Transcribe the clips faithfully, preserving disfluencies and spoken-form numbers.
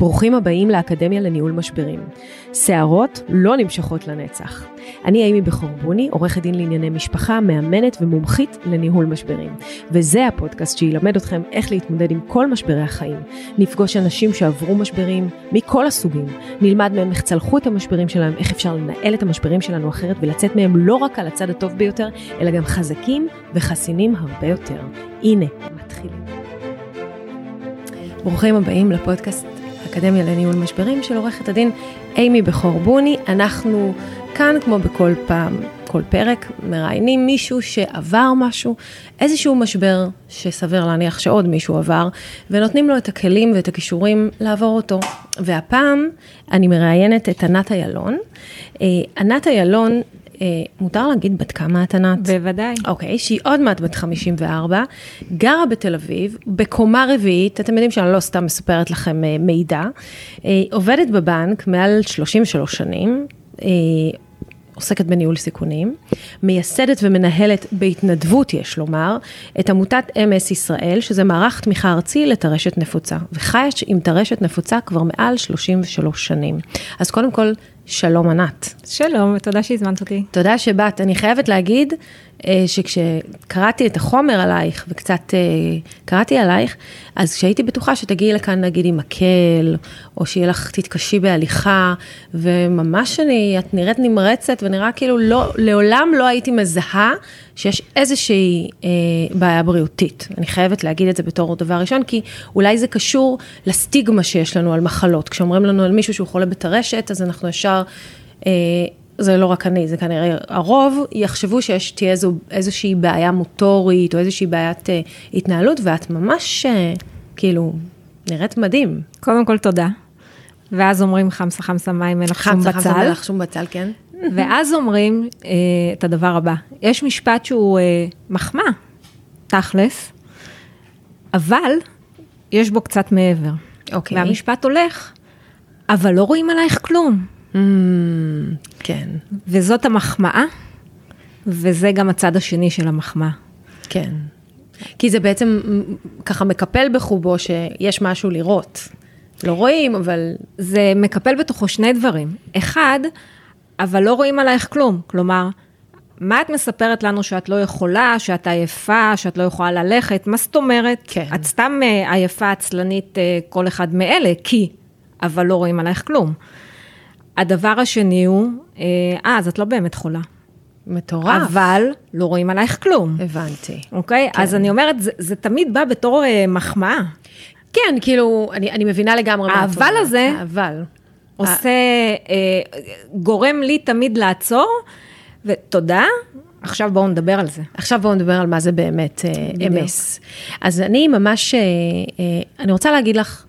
ברוכים הבאים לאקדמיה לניהול משברים. שערות לא נמשכות לנצח. אני אימי בחורבוני, עורכת דין לענייני משפחה, מאמנת ומומחית לניהול משברים. וזה הפודקאסט שילמד אתכם איך להתמודד עם כל משברי החיים. נפגוש אנשים שעברו משברים מכל הסוגים. נלמד מהם איך צלחו את המשברים שלהם, איך אפשר לנהל את המשברים שלנו אחרת ולצאת מהם לא רק על הצד הטוב ביותר, אלא גם חזקים וחסינים הרבה יותר. הנה, מתחילים. ברוכים הבאים לפודקאסט אקדמיה לניהול משברים של עורכת הדין אימי בחורבוני. אנחנו כאן כמו בכל פעם, כל פרק, מראיינים מישהו שעבר משהו, איזשהו משבר שסביר להניח שעוד מישהו עבר, ונותנים לו את הכלים ואת הכישורים לעבור אותו. והפעם אני מראיינת את ענת איילון. ענת איילון, מותר להגיד בת כמה את ענת? בוודאי. אוקיי, שהיא עוד מעט בת חמישים וארבע, גרה בתל אביב, בקומה רביעית, אתם יודעים שאני לא סתם מספרת לכם מידע, עובדת בבנק מעל שלושים ושלוש שנים, עוסקת בניהול סיכונים, מייסדת ומנהלת בהתנדבות, יש לומר, את עמותת אם אס ישראל, שזה מערך תמיכה ארצי לטרשת נפוצה, וחיה עם טרשת נפוצה כבר מעל שלושים ושלוש שנים. אז קודם כל, שלום ענת. שלום, ותודה שהזמנת אותי. תודה שבאת. אני חייבת להגיד שכשקראתי את החומר עלייך, וקצת קראתי עלייך, אז כשהייתי בטוחה שתגיעי לכאן נגיד עם מקל, או שיהיה לך תתקשי בהליכה, וממש אני, את נראית נמרצת, ונראה כאילו לא, לעולם לא הייתי מזהה, שיש איזושהי אה, בעיה בריאותית. אני חייבת להגיד את זה בתור דבר ראשון, כי אולי זה קשור לסטיגמה שיש לנו על מחלות. כשאומרים לנו על מישהו שהוא חולה בטרשת, אז אנחנו ישר, אה, זה לא רק אני, זה כנראה הרוב, יחשבו שיש תהיה איזו, איזושהי בעיה מוטורית, או איזושהי בעיית אה, התנהלות, ואת ממש, אה, כאילו, נראית מדהים. קודם כל תודה. ואז אומרים חמסה חמסה מים מלח שום בצל. חמסה מלח שום בצל, כן. ואז אומרים אה, את הדבר הבא. יש משפט שהוא אה, מחמא, תכלס, אבל יש בו קצת מעבר. אוקיי. והמשפט הולך, אבל לא רואים עלייך כלום. Mm, כן. וזאת המחמאה, וזה גם הצד השני של המחמאה. כן. כי זה בעצם ככה מקפל בחובו שיש משהו לראות. לא רואים, אבל... זה מקפל בתוכו שני דברים. אחד, אבל לא רואים עלייך כלום. כלומר, מה את מספרת לנו שאת לא יכולה, שאת עייפה, שאת לא יכולה ללכת? מה זאת אומרת? כן. את סתם עייפה, עצלנית, כל אחד מאלה, כי, אבל לא רואים עלייך כלום. הדבר השני הוא, אה, אז את לא באמת חולה. מטורף. אבל לא רואים עלייך כלום. הבנתי. אוקיי? כן. אז אני אומרת, זה, זה תמיד בא בתור אה, מחמאה. כן, כאילו, אני, אני מבינה לגמרי. האבל הזה, האבל. עושה, אה, גורם לי תמיד לעצור, ותודה, עכשיו בואו נדבר על זה. עכשיו בואו נדבר על מה זה באמת אם אס. אז אני ממש, אני רוצה להגיד לך,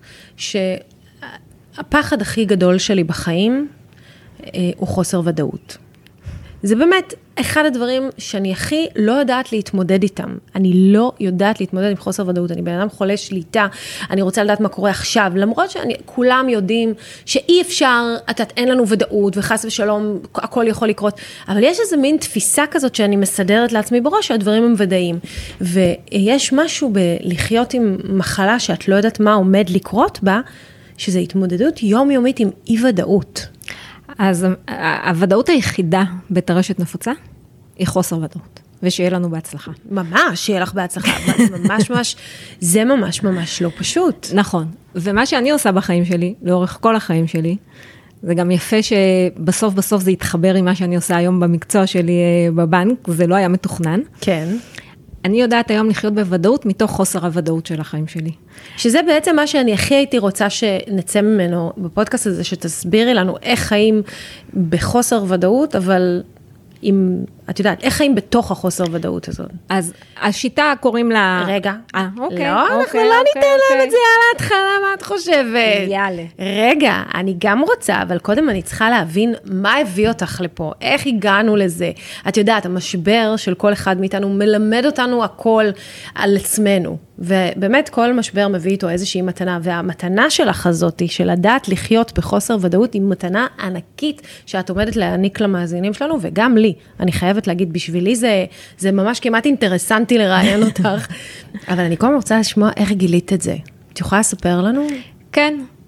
שהפחד הכי גדול שלי בחיים, הוא חוסר ודאות. זה באמת אחד הדברים שאני הכי לא יודעת להתמודד איתם. אני לא יודעת להתמודד עם חוסר ודאות. אני בן אדם חולה שליטה, אני רוצה לדעת מה קורה עכשיו, למרות שכולם יודעים שאי אפשר, את אין לנו ודאות, וחס ושלום, הכל יכול לקרות. אבל יש איזו מין תפיסה כזאת שאני מסדרת לעצמי בראש, שהדברים הם ודאים. ויש משהו בלחיות עם מחלה שאת לא יודעת מה עומד לקרות בה, שזה התמודדות יומיומית עם אי ודאות. אז הוודאות היחידה בטרשת נפוצה, היא חוסר ודאות, ושיהיה לנו בהצלחה. ממש, שיהיה לך בהצלחה, ממש ממש, זה ממש ממש לא פשוט. נכון, ומה שאני עושה בחיים שלי, לאורך כל החיים שלי, זה גם יפה שבסוף בסוף זה יתחבר עם מה שאני עושה היום במקצוע שלי בבנק, זה לא היה מתוכנן. כן. אני יודעת היום לחיות בוודאות מתוך חוסר הוודאות של החיים שלי. שזה בעצם מה שאני הכי הייתי רוצה שנצא ממנו בפודקאסט הזה, שתסבירי לנו איך חיים בחוסר ודאות, אבל עם, את יודעת, איך חיים בתוך החוסר ודאות הזאת? אז השיטה קוראים לה... רגע. אה, אוקיי. לא, אנחנו אוקיי, לא אוקיי, ניתן אוקיי. להם את זה על ההתחלה, מה את חושבת? יאללה. רגע, אני גם רוצה, אבל קודם אני צריכה להבין מה הביא אותך לפה, איך הגענו לזה. את יודעת, המשבר של כל אחד מאיתנו מלמד אותנו הכל על עצמנו. ובאמת כל משבר מביא איתו איזושהי מתנה, והמתנה שלך הזאת, של לדעת לחיות בחוסר ודאות, היא מתנה ענקית שאת עומדת להעניק למאזינים שלנו, וגם לי. אני חייבת להגיד, בשבילי זה, זה ממש כמעט אינטרסנטי לראיין אותך, אבל אני כל הזמן רוצה לשמוע איך גילית את זה. את יכולה לספר לנו? כן.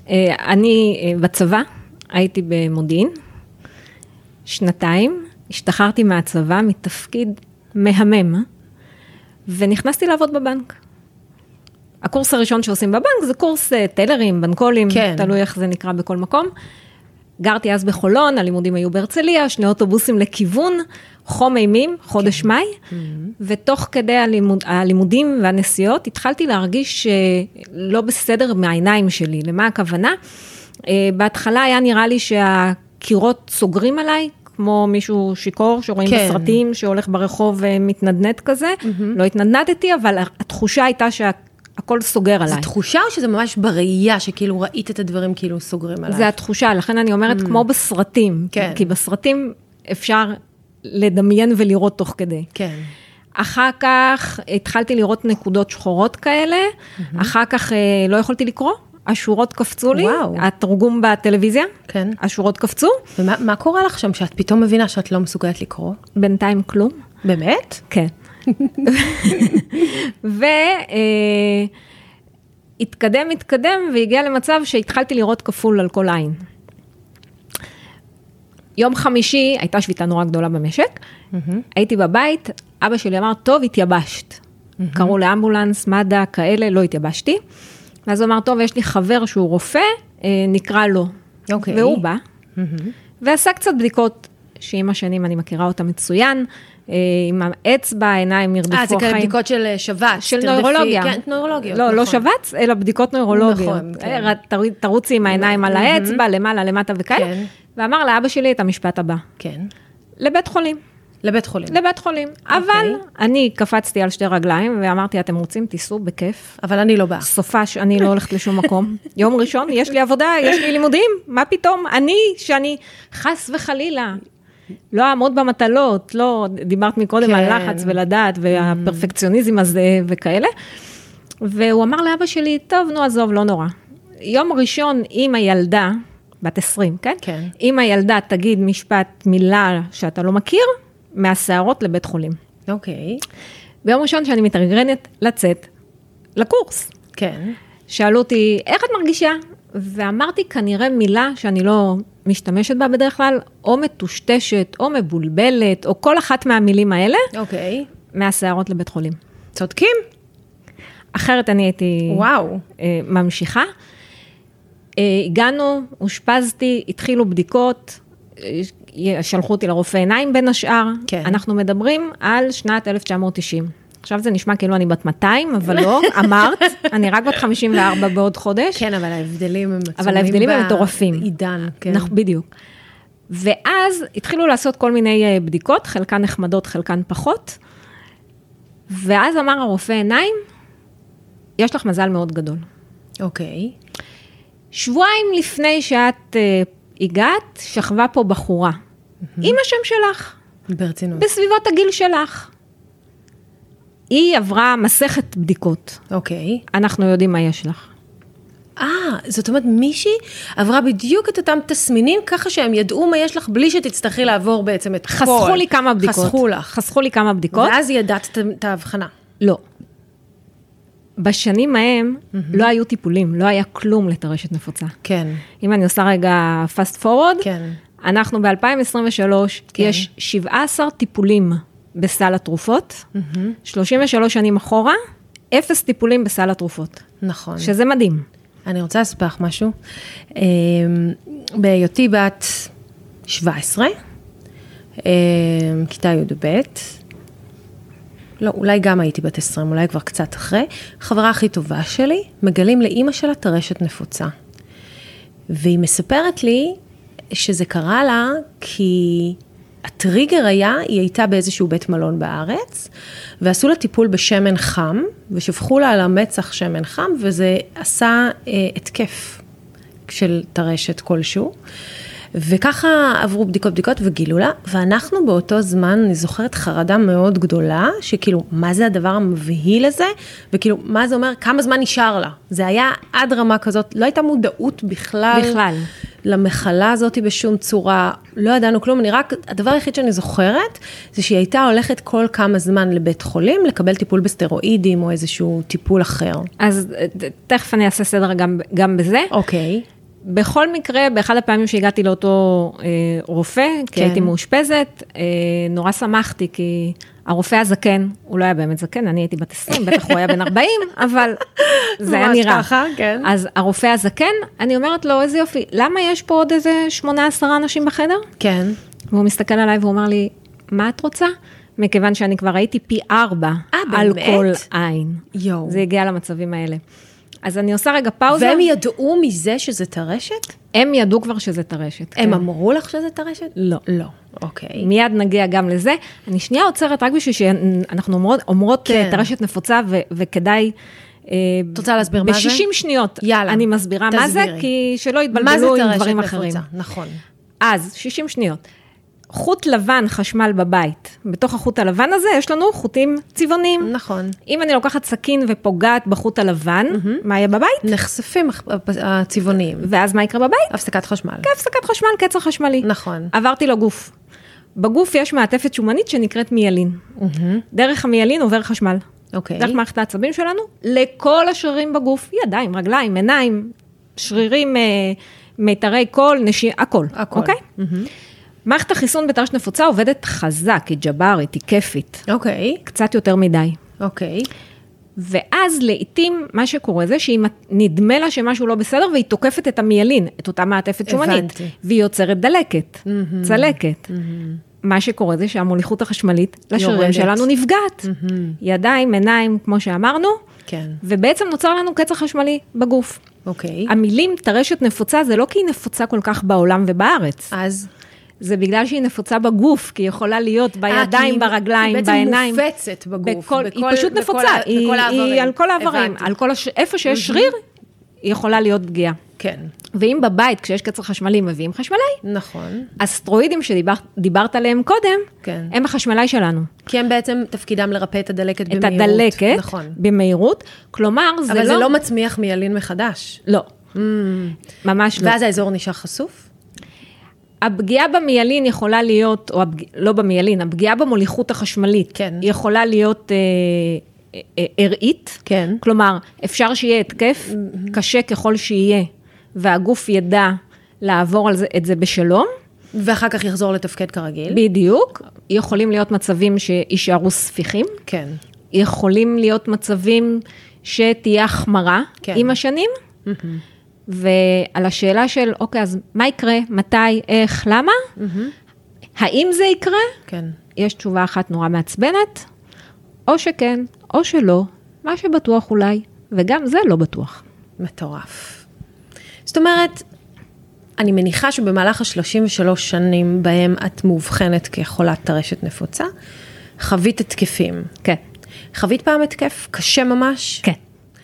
אני בצבא, הייתי במודיעין, שנתיים, השתחררתי מהצבא מתפקיד מהמם, ונכנסתי לעבוד בבנק. הקורס הראשון שעושים בבנק זה קורס טלרים, בנקולים, כן. תלוי איך זה נקרא בכל מקום. גרתי אז בחולון, הלימודים היו בהרצליה, שני אוטובוסים לכיוון, חום אימים, חודש כן. מאי, mm-hmm. ותוך כדי הלימוד, הלימודים והנסיעות, התחלתי להרגיש לא בסדר מהעיניים שלי. למה הכוונה? בהתחלה היה נראה לי שהקירות סוגרים עליי, כמו מישהו שיקור שרואים כן. בסרטים, שהולך ברחוב ומתנדנד כזה. Mm-hmm. לא התנדנדתי, אבל התחושה הייתה שה... הכל סוגר עליי. זה תחושה או שזה ממש בראייה, שכאילו ראית את הדברים כאילו סוגרים עליי? זה התחושה, לכן אני אומרת mm. כמו בסרטים, כן. כי בסרטים אפשר לדמיין ולראות תוך כדי. כן. אחר כך התחלתי לראות נקודות שחורות כאלה, mm-hmm. אחר כך לא יכולתי לקרוא, השורות קפצו לי, וואו. התרגום בטלוויזיה, כן. השורות קפצו. ומה מה קורה לך שם, שאת פתאום מבינה שאת לא מסוגלת לקרוא? בינתיים כלום. באמת? כן. והתקדם, התקדם, והגיע למצב שהתחלתי לראות כפול על כל עין. יום חמישי, הייתה שביתה נורא גדולה במשק, הייתי בבית, אבא שלי אמר, טוב, התייבשת. קראו לאמבולנס, מד"א, כאלה, לא התייבשתי. ואז הוא אמר, טוב, יש לי חבר שהוא רופא, נקרא לו. והוא בא, ועשה קצת בדיקות, שעם השנים אני מכירה אותה מצוין, עם האצבע, העיניים ירדפו החיים. אה, זה כאלה בדיקות של שבץ. של נוירולוגיה. כן, נוירולוגיות. לא, לא שבץ, אלא בדיקות נוירולוגיות. נכון. תרוצי עם העיניים על האצבע, למעלה, למטה וכאלה. ואמר לאבא שלי את המשפט הבא. כן. לבית חולים. לבית חולים. לבית חולים. אבל אני קפצתי על שתי רגליים, ואמרתי, אתם רוצים, תיסעו בכיף. אבל אני לא באה. סופש, אני לא הולכת לשום מקום. יום ראשון, יש לי עבודה, יש לי לימודים. מה פתאום? אני, שאני חס וחלילה. לא אעמוד במטלות, לא, דיברת מקודם כן. על לחץ ולדעת, והפרפקציוניזם הזה וכאלה. והוא אמר לאבא שלי, טוב, נו, עזוב, לא נורא. יום ראשון, עם הילדה, בת עשרים, כן? כן. עם הילדה תגיד משפט, מילה שאתה לא מכיר, מהשערות לבית חולים. אוקיי. ביום ראשון שאני מתרגרנת לצאת לקורס. כן. שאלו אותי, איך את מרגישה? ואמרתי כנראה מילה שאני לא משתמשת בה בדרך כלל, או מטושטשת, או מבולבלת, או כל אחת מהמילים האלה. אוקיי. מהשערות לבית חולים. צודקים. אחרת אני הייתי... וואו. אה, ממשיכה. אה, הגענו, הושפזתי, התחילו בדיקות, אה, שלחו אותי לרופא עיניים בין השאר. כן. אנחנו מדברים על שנת אלף תשע מאות תשעים. עכשיו זה נשמע כאילו אני בת מאתיים, אבל לא, אמרת, אני רק בת חמישים וארבע בעוד חודש. כן, אבל ההבדלים הם עצומים. אבל ההבדלים הם מטורפים. עידן, כן. בדיוק. ואז התחילו לעשות כל מיני בדיקות, חלקן נחמדות, חלקן פחות, ואז אמר הרופא עיניים, יש לך מזל מאוד גדול. אוקיי. שבועיים לפני שאת הגעת, שכבה פה בחורה. עם השם שלך. ברצינות. בסביבות הגיל שלך. היא עברה מסכת בדיקות. אוקיי. אנחנו יודעים מה יש לך. אה, זאת אומרת, מישהי עברה בדיוק את אותם תסמינים, ככה שהם ידעו מה יש לך, בלי שתצטרכי לעבור בעצם את חסכו כל. חסכו לי כמה בדיקות. חסכו לך. חסכו לי כמה בדיקות. ואז ידעת את ההבחנה. לא. בשנים ההם mm-hmm. לא היו טיפולים, לא היה כלום לטרשת נפוצה. כן. אם אני עושה רגע fast forward, כן. אנחנו ב-אלפיים עשרים ושלוש, כן. יש שבעה עשר טיפולים בסל התרופות, mm-hmm. שלושים ושלוש שנים אחורה, אפס טיפולים בסל התרופות. נכון. שזה מדהים. אני רוצה לספר משהו. בהיותי בת שבע עשרה, כיתה י"ב, לא, אולי גם הייתי בת עשרים, אולי כבר קצת אחרי, החברה הכי טובה שלי, מגלים לאמא שלה טרשת נפוצה. והיא מספרת לי שזה קרה לה כי הטריגר היה, היא הייתה באיזשהו בית מלון בארץ, ועשו לה טיפול בשמן חם, ושפכו לה על המצח שמן חם, וזה עשה אה, התקף של טרשת כלשהו. וככה עברו בדיקות בדיקות וגילו לה, ואנחנו באותו זמן, אני זוכרת חרדה מאוד גדולה, שכאילו, מה זה הדבר המבהיל הזה? וכאילו, מה זה אומר? כמה זמן נשאר לה? זה היה עד רמה כזאת, לא הייתה מודעות בכלל. בכלל. למחלה הזאת בשום צורה, לא ידענו כלום, אני רק, הדבר היחיד שאני זוכרת, זה שהיא הייתה הולכת כל כמה זמן לבית חולים, לקבל טיפול בסטרואידים, או איזשהו טיפול אחר. אז תכף אני אעשה סדר גם, גם בזה. אוקיי. בכל מקרה, באחד הפעמים שהגעתי לאותו אה, רופא, כי כן. הייתי מאושפזת, אה, נורא שמחתי, כי הרופא הזקן, הוא לא היה באמת זקן, אני הייתי בת עשרים, בטח הוא היה בן ארבעים, אבל זה היה נראה. ככה, כן. אז הרופא הזקן, אני אומרת לו, איזה יופי, למה יש פה עוד איזה שמונה, עשרה אנשים בחדר? כן. והוא מסתכל עליי והוא אומר לי, מה את רוצה? מכיוון שאני כבר הייתי פי ארבע 아, על באמת? כל עין. יו. זה הגיע למצבים האלה. אז אני עושה רגע פאוזה. והם ידעו מזה שזה טרשת? הם ידעו כבר שזה טרשת. הם כן. אמרו לך שזה טרשת? לא. לא, אוקיי. מיד נגיע גם לזה. אני שנייה עוצרת רק בשביל שאנחנו אומרות, אומרות כן. טרשת נפוצה ו- וכדאי... את רוצה להסביר מה זה? ב-שישים שניות יאללה, אני מסבירה תסבירי. מה זה, כי שלא יתבלבלו עם דברים נפוצה? אחרים. נכון. אז, שישים שניות. חוט לבן חשמל בבית, בתוך החוט הלבן הזה יש לנו חוטים צבעוניים. נכון. אם אני לוקחת סכין ופוגעת בחוט הלבן, mm-hmm. מה יהיה בבית? נחשפים הצבעוניים. ואז מה יקרה בבית? הפסקת חשמל. הפסקת חשמל, קצר חשמלי. נכון. עברתי לגוף. בגוף יש מעטפת שומנית שנקראת מיילין. Mm-hmm. דרך המיילין עובר חשמל. אוקיי. דרך מערכת העצבים שלנו, לכל השרירים בגוף, ידיים, רגליים, עיניים, שרירים, מיתרי קול, נשי, הכל. הכל. אוקיי? Mm-hmm. מערכת החיסון בטרשת נפוצה עובדת חזק, היא ג'ברית, היא כיפית. אוקיי. קצת יותר מדי. אוקיי. ואז לעתים מה שקורה זה שהיא נדמה לה שמשהו לא בסדר, והיא תוקפת את המיילין, את אותה מעטפת שומנית. הבנתי. והיא יוצרת דלקת, צלקת. מה שקורה זה שהמוליכות החשמלית לשרירים שלנו נפגעת. ידיים, עיניים, כמו שאמרנו. כן. ובעצם נוצר לנו קצר חשמלי בגוף. אוקיי. המילים טרשת נפוצה זה לא כי היא נפוצה כל כך בעולם ובארץ. אז... זה בגלל שהיא נפוצה בגוף, כי היא יכולה להיות בידיים, ברגליים, בעיניים. היא בעצם מופצת בגוף. בכל, היא פשוט נפוצה, היא, היא על כל העברים, על כל הש... איפה שיש שריר, היא יכולה להיות פגיעה. כן. ואם בבית, כשיש קצר חשמלי, מביאים חשמלי, נכון. אסטרואידים שדיברת עליהם קודם, כן. הם החשמלי שלנו. כי הם בעצם תפקידם לרפא את הדלקת את במהירות. את הדלקת, נכון. במהירות, כלומר, זה לא... אבל זה לא מצמיח מיילין מחדש. לא. Mm. ממש לא. ואז האזור נשאר חשוף? הפגיעה במיילין יכולה להיות, או הפג... לא במיילין, הפגיעה במוליכות החשמלית, כן. יכולה להיות אה, אה, עראית, כן. כלומר, אפשר שיהיה התקף, mm-hmm. קשה ככל שיהיה, והגוף ידע לעבור על זה, את זה בשלום. ואחר כך יחזור לתפקד כרגיל. בדיוק. יכולים להיות מצבים שישארו ספיחים. כן. יכולים להיות מצבים שתהיה החמרה כן. עם השנים. Mm-hmm. ועל השאלה של, אוקיי, אז מה יקרה, מתי, איך, למה? Mm-hmm. האם זה יקרה? כן. יש תשובה אחת נורא מעצבנת, או שכן, או שלא, מה שבטוח אולי, וגם זה לא בטוח. מטורף. זאת אומרת, אני מניחה שבמהלך ה-שלושים ושלוש שנים בהם את מאובחנת כחולת טרשת נפוצה, חווית התקפים. כן. חווית פעם התקף קשה ממש? כן.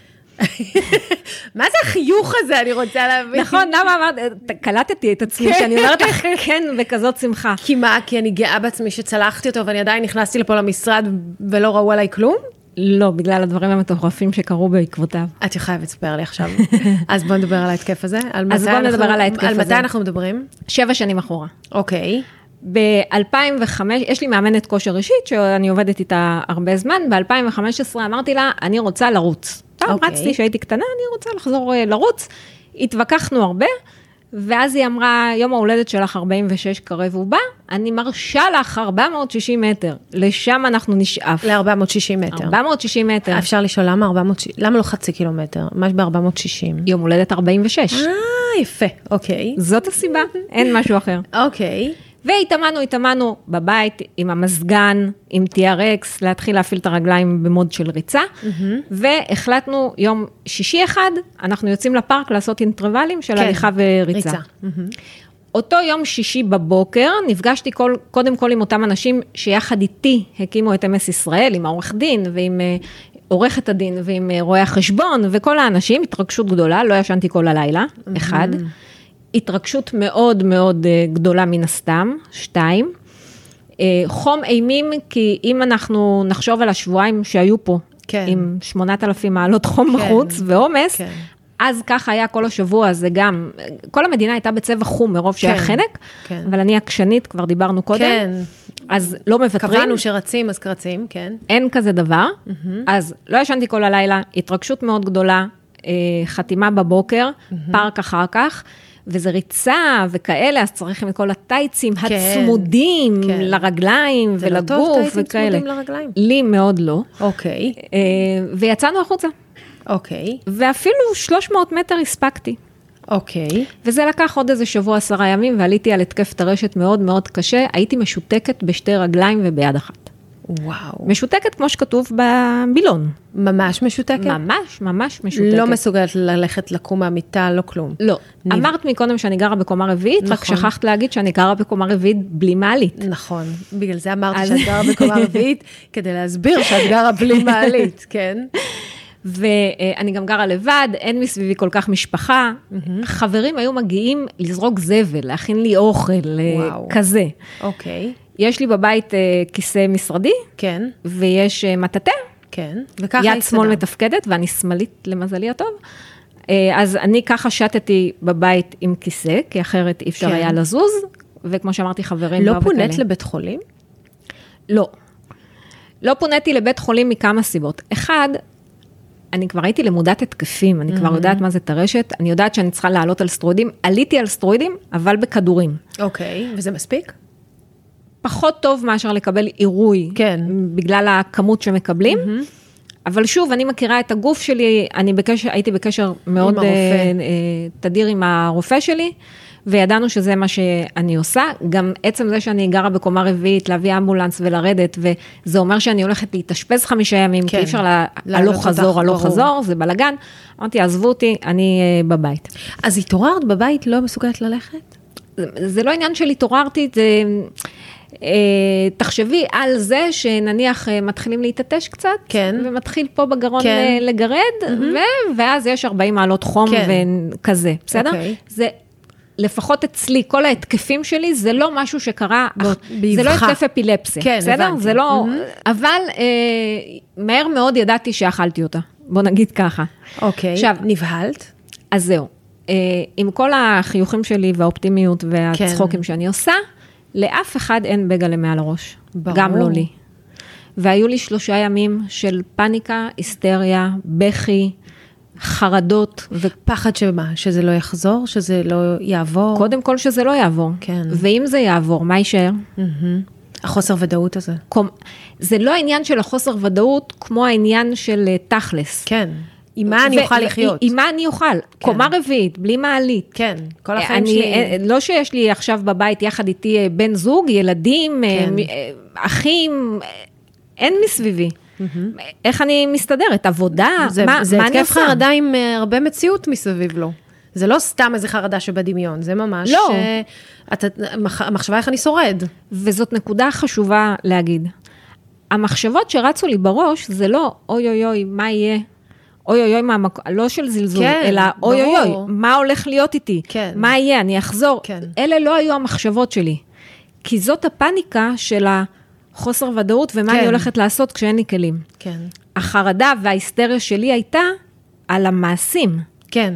מה זה החיוך הזה, אני רוצה להבין. נכון, למה אמרת, קלטתי את עצמי, שאני אומרת לך כן בכזאת שמחה. כי מה, כי אני גאה בעצמי שצלחתי אותו, ואני עדיין נכנסתי לפה למשרד ולא ראו עליי כלום? לא, בגלל הדברים המטורפים שקרו בעקבותיו. את יכולה לספר לי עכשיו. אז בוא נדבר על ההתקף הזה. אז בוא נדבר על ההתקף הזה. על מתי אנחנו מדברים? שבע שנים אחורה. אוקיי. ב-אלפיים וחמש, יש לי מאמנת כושר אישית, שאני עובדת איתה הרבה זמן, ב-אלפיים וחמש עשרה אמרתי לה, אני רוצה לרוץ. טוב, okay. רצתי שהייתי קטנה, אני רוצה לחזור uh, לרוץ. התווכחנו הרבה, ואז היא אמרה, יום ההולדת שלך ארבעים ושש קרב ובא, אני מרשה לך ארבע מאות ושישים מטר, לשם אנחנו נשאף. ל-ארבע מאות ושישים מטר. ארבע מאות ושישים מטר. אפשר לשאול למה ארבע מאות, למה לא חצי קילומטר? ממש ב-ארבע מאות ושישים. יום הולדת ארבעים ושש. אה, יפה, אוקיי. זאת הסיבה, אין משהו אחר. אוקיי. והתאמנו, התאמנו בבית עם המזגן, עם טי אר אקס, להתחיל להפעיל את הרגליים במוד של ריצה, והחלטנו יום שישי אחד, אנחנו יוצאים לפארק לעשות אינטרוולים של הליכה וריצה. אותו יום שישי בבוקר, נפגשתי קודם כל עם אותם אנשים שיחד איתי הקימו את אם אס ישראל, עם העורך דין ועם עורכת הדין ועם רואי החשבון, וכל האנשים, התרגשות גדולה, לא ישנתי כל הלילה, אחד. התרגשות מאוד מאוד גדולה מן הסתם, שתיים. חום אימים, כי אם אנחנו נחשוב על השבועיים שהיו פה, כן. עם שמונת אלפים מעלות חום כן. בחוץ ועומס, כן. אז ככה היה כל השבוע הזה גם, כל המדינה הייתה בצבע חום מרוב כן. שהיה חנק, כן. אבל אני עקשנית, כבר דיברנו קודם, כן. אז לא מבטרים. קבענו שרצים, אז קרצים, כן. אין כזה דבר, mm-hmm. אז לא ישנתי כל הלילה, התרגשות מאוד גדולה, חתימה בבוקר, mm-hmm. פארק אחר כך, וזה ריצה וכאלה, אז צריכים את כל הטייצים הצמודים כן, כן. לרגליים ולגוף וכאלה. זה לא טוב טייצים צמודים לרגליים? לי מאוד לא. אוקיי. ויצאנו החוצה. אוקיי. ואפילו שלוש מאות מטר הספקתי. אוקיי. וזה לקח עוד איזה שבוע, עשרה ימים, ועליתי על התקף טרשת מאוד מאוד קשה, הייתי משותקת בשתי רגליים וביד אחת. וואו. משותקת כמו שכתוב בבילון. ממש משותקת? ממש, ממש משותקת. לא מסוגלת ללכת לקום מהמיטה, לא כלום. לא. ניב... אמרת מקודם שאני גרה בקומה רביעית, נכון. רק שכחת להגיד שאני גרה בקומה רביעית בלי מעלית. נכון. בגלל זה אמרתי אז... שאת גרה בקומה רביעית, כדי להסביר שאת גרה בלי מעלית, כן? ואני גם גרה לבד, אין מסביבי כל כך משפחה. חברים היו מגיעים לזרוק זבל, להכין לי אוכל, כזה. אוקיי. יש לי בבית כיסא משרדי, כן. ויש מטאטא, כן. יד שמאל מתפקדת, ואני שמאלית למזלי הטוב. אז אני ככה שטתי בבית עם כיסא, כי אחרת אי אפשר היה לזוז, וכמו שאמרתי, חברים לא פונית לבית חולים? לא. לא פוניתי לבית חולים מכמה סיבות. אחד, אני כבר הייתי למודת התקפים, אני כבר יודעת מה זה טרשת, אני יודעת שאני צריכה לעלות על סטרואידים, עליתי על סטרואידים, אבל בכדורים. אוקיי, וזה מספיק? פחות טוב מאשר לקבל עירוי, כן. בגלל הכמות שמקבלים, אבל שוב, אני מכירה את הגוף שלי, אני בקשר, הייתי בקשר מאוד תדיר עם הרופא שלי, וידענו שזה מה שאני עושה, גם עצם זה שאני גרה בקומה רביעית, להביא אמבולנס ולרדת, וזה אומר שאני הולכת להתאשפז חמישה ימים, כן. כי אפשר להלוך חזור, הלוך חזור, זה בלגן. אמרתי, עזבו אותי, אני בבית. אז התעוררת בבית, לא מסוגלת ללכת? זה, זה לא עניין של התעוררתי, זה... תחשבי על זה שנניח מתחילים להתעטש קצת, כן. ומתחיל פה בגרון כן. לגרד, ו- ואז יש ארבעים מעלות חום כן. וכזה, בסדר? אוקיי. זה... לפחות אצלי, כל ההתקפים שלי, זה לא משהו שקרה, באבחה. זה לא התקף אפילפסיה, כן, בסדר? הבנתי. זה לא, mm-hmm. אבל אה, מהר מאוד ידעתי שאכלתי אותה, בוא נגיד ככה. אוקיי, עכשיו, נבהלת? אז זהו, אה, עם כל החיוכים שלי והאופטימיות והצחוקים כן. שאני עושה, לאף אחד אין בגלה מעל הראש, ברור. גם לא לי. והיו לי שלושה ימים של פאניקה, היסטריה, בכי, חרדות. ופחד שמה? שזה לא יחזור? שזה לא יעבור? קודם כל שזה לא יעבור. כן. ואם זה יעבור, מה יישאר? החוסר ודאות הזה. זה לא העניין של החוסר ודאות, כמו העניין של תכלס. כן. עם מה אני אוכל לחיות? עם מה אני אוכל? קומה רביעית, בלי מעלית. כן, כל החיים שלי. לא שיש לי עכשיו בבית יחד איתי בן זוג, ילדים, אחים, אין מסביבי. איך אני מסתדרת? עבודה? מה אני עושה? זה התקף חרדה עם הרבה מציאות מסביב לו. זה לא סתם איזה חרדה שבדמיון, זה ממש... לא. המחשבה איך אני שורד. וזאת נקודה חשובה להגיד. המחשבות שרצו לי בראש, זה לא אוי אוי אוי, מה יהיה? אוי אוי אוי, לא של זלזול, אלא אוי אוי אוי, מה הולך להיות איתי? מה יהיה? אני אחזור. אלה לא היו המחשבות שלי. כי זאת הפאניקה של ה... חוסר ודאות, ומה כן. אני הולכת לעשות כשאין לי כלים. כן. החרדה וההיסטריה שלי הייתה על המעשים. כן.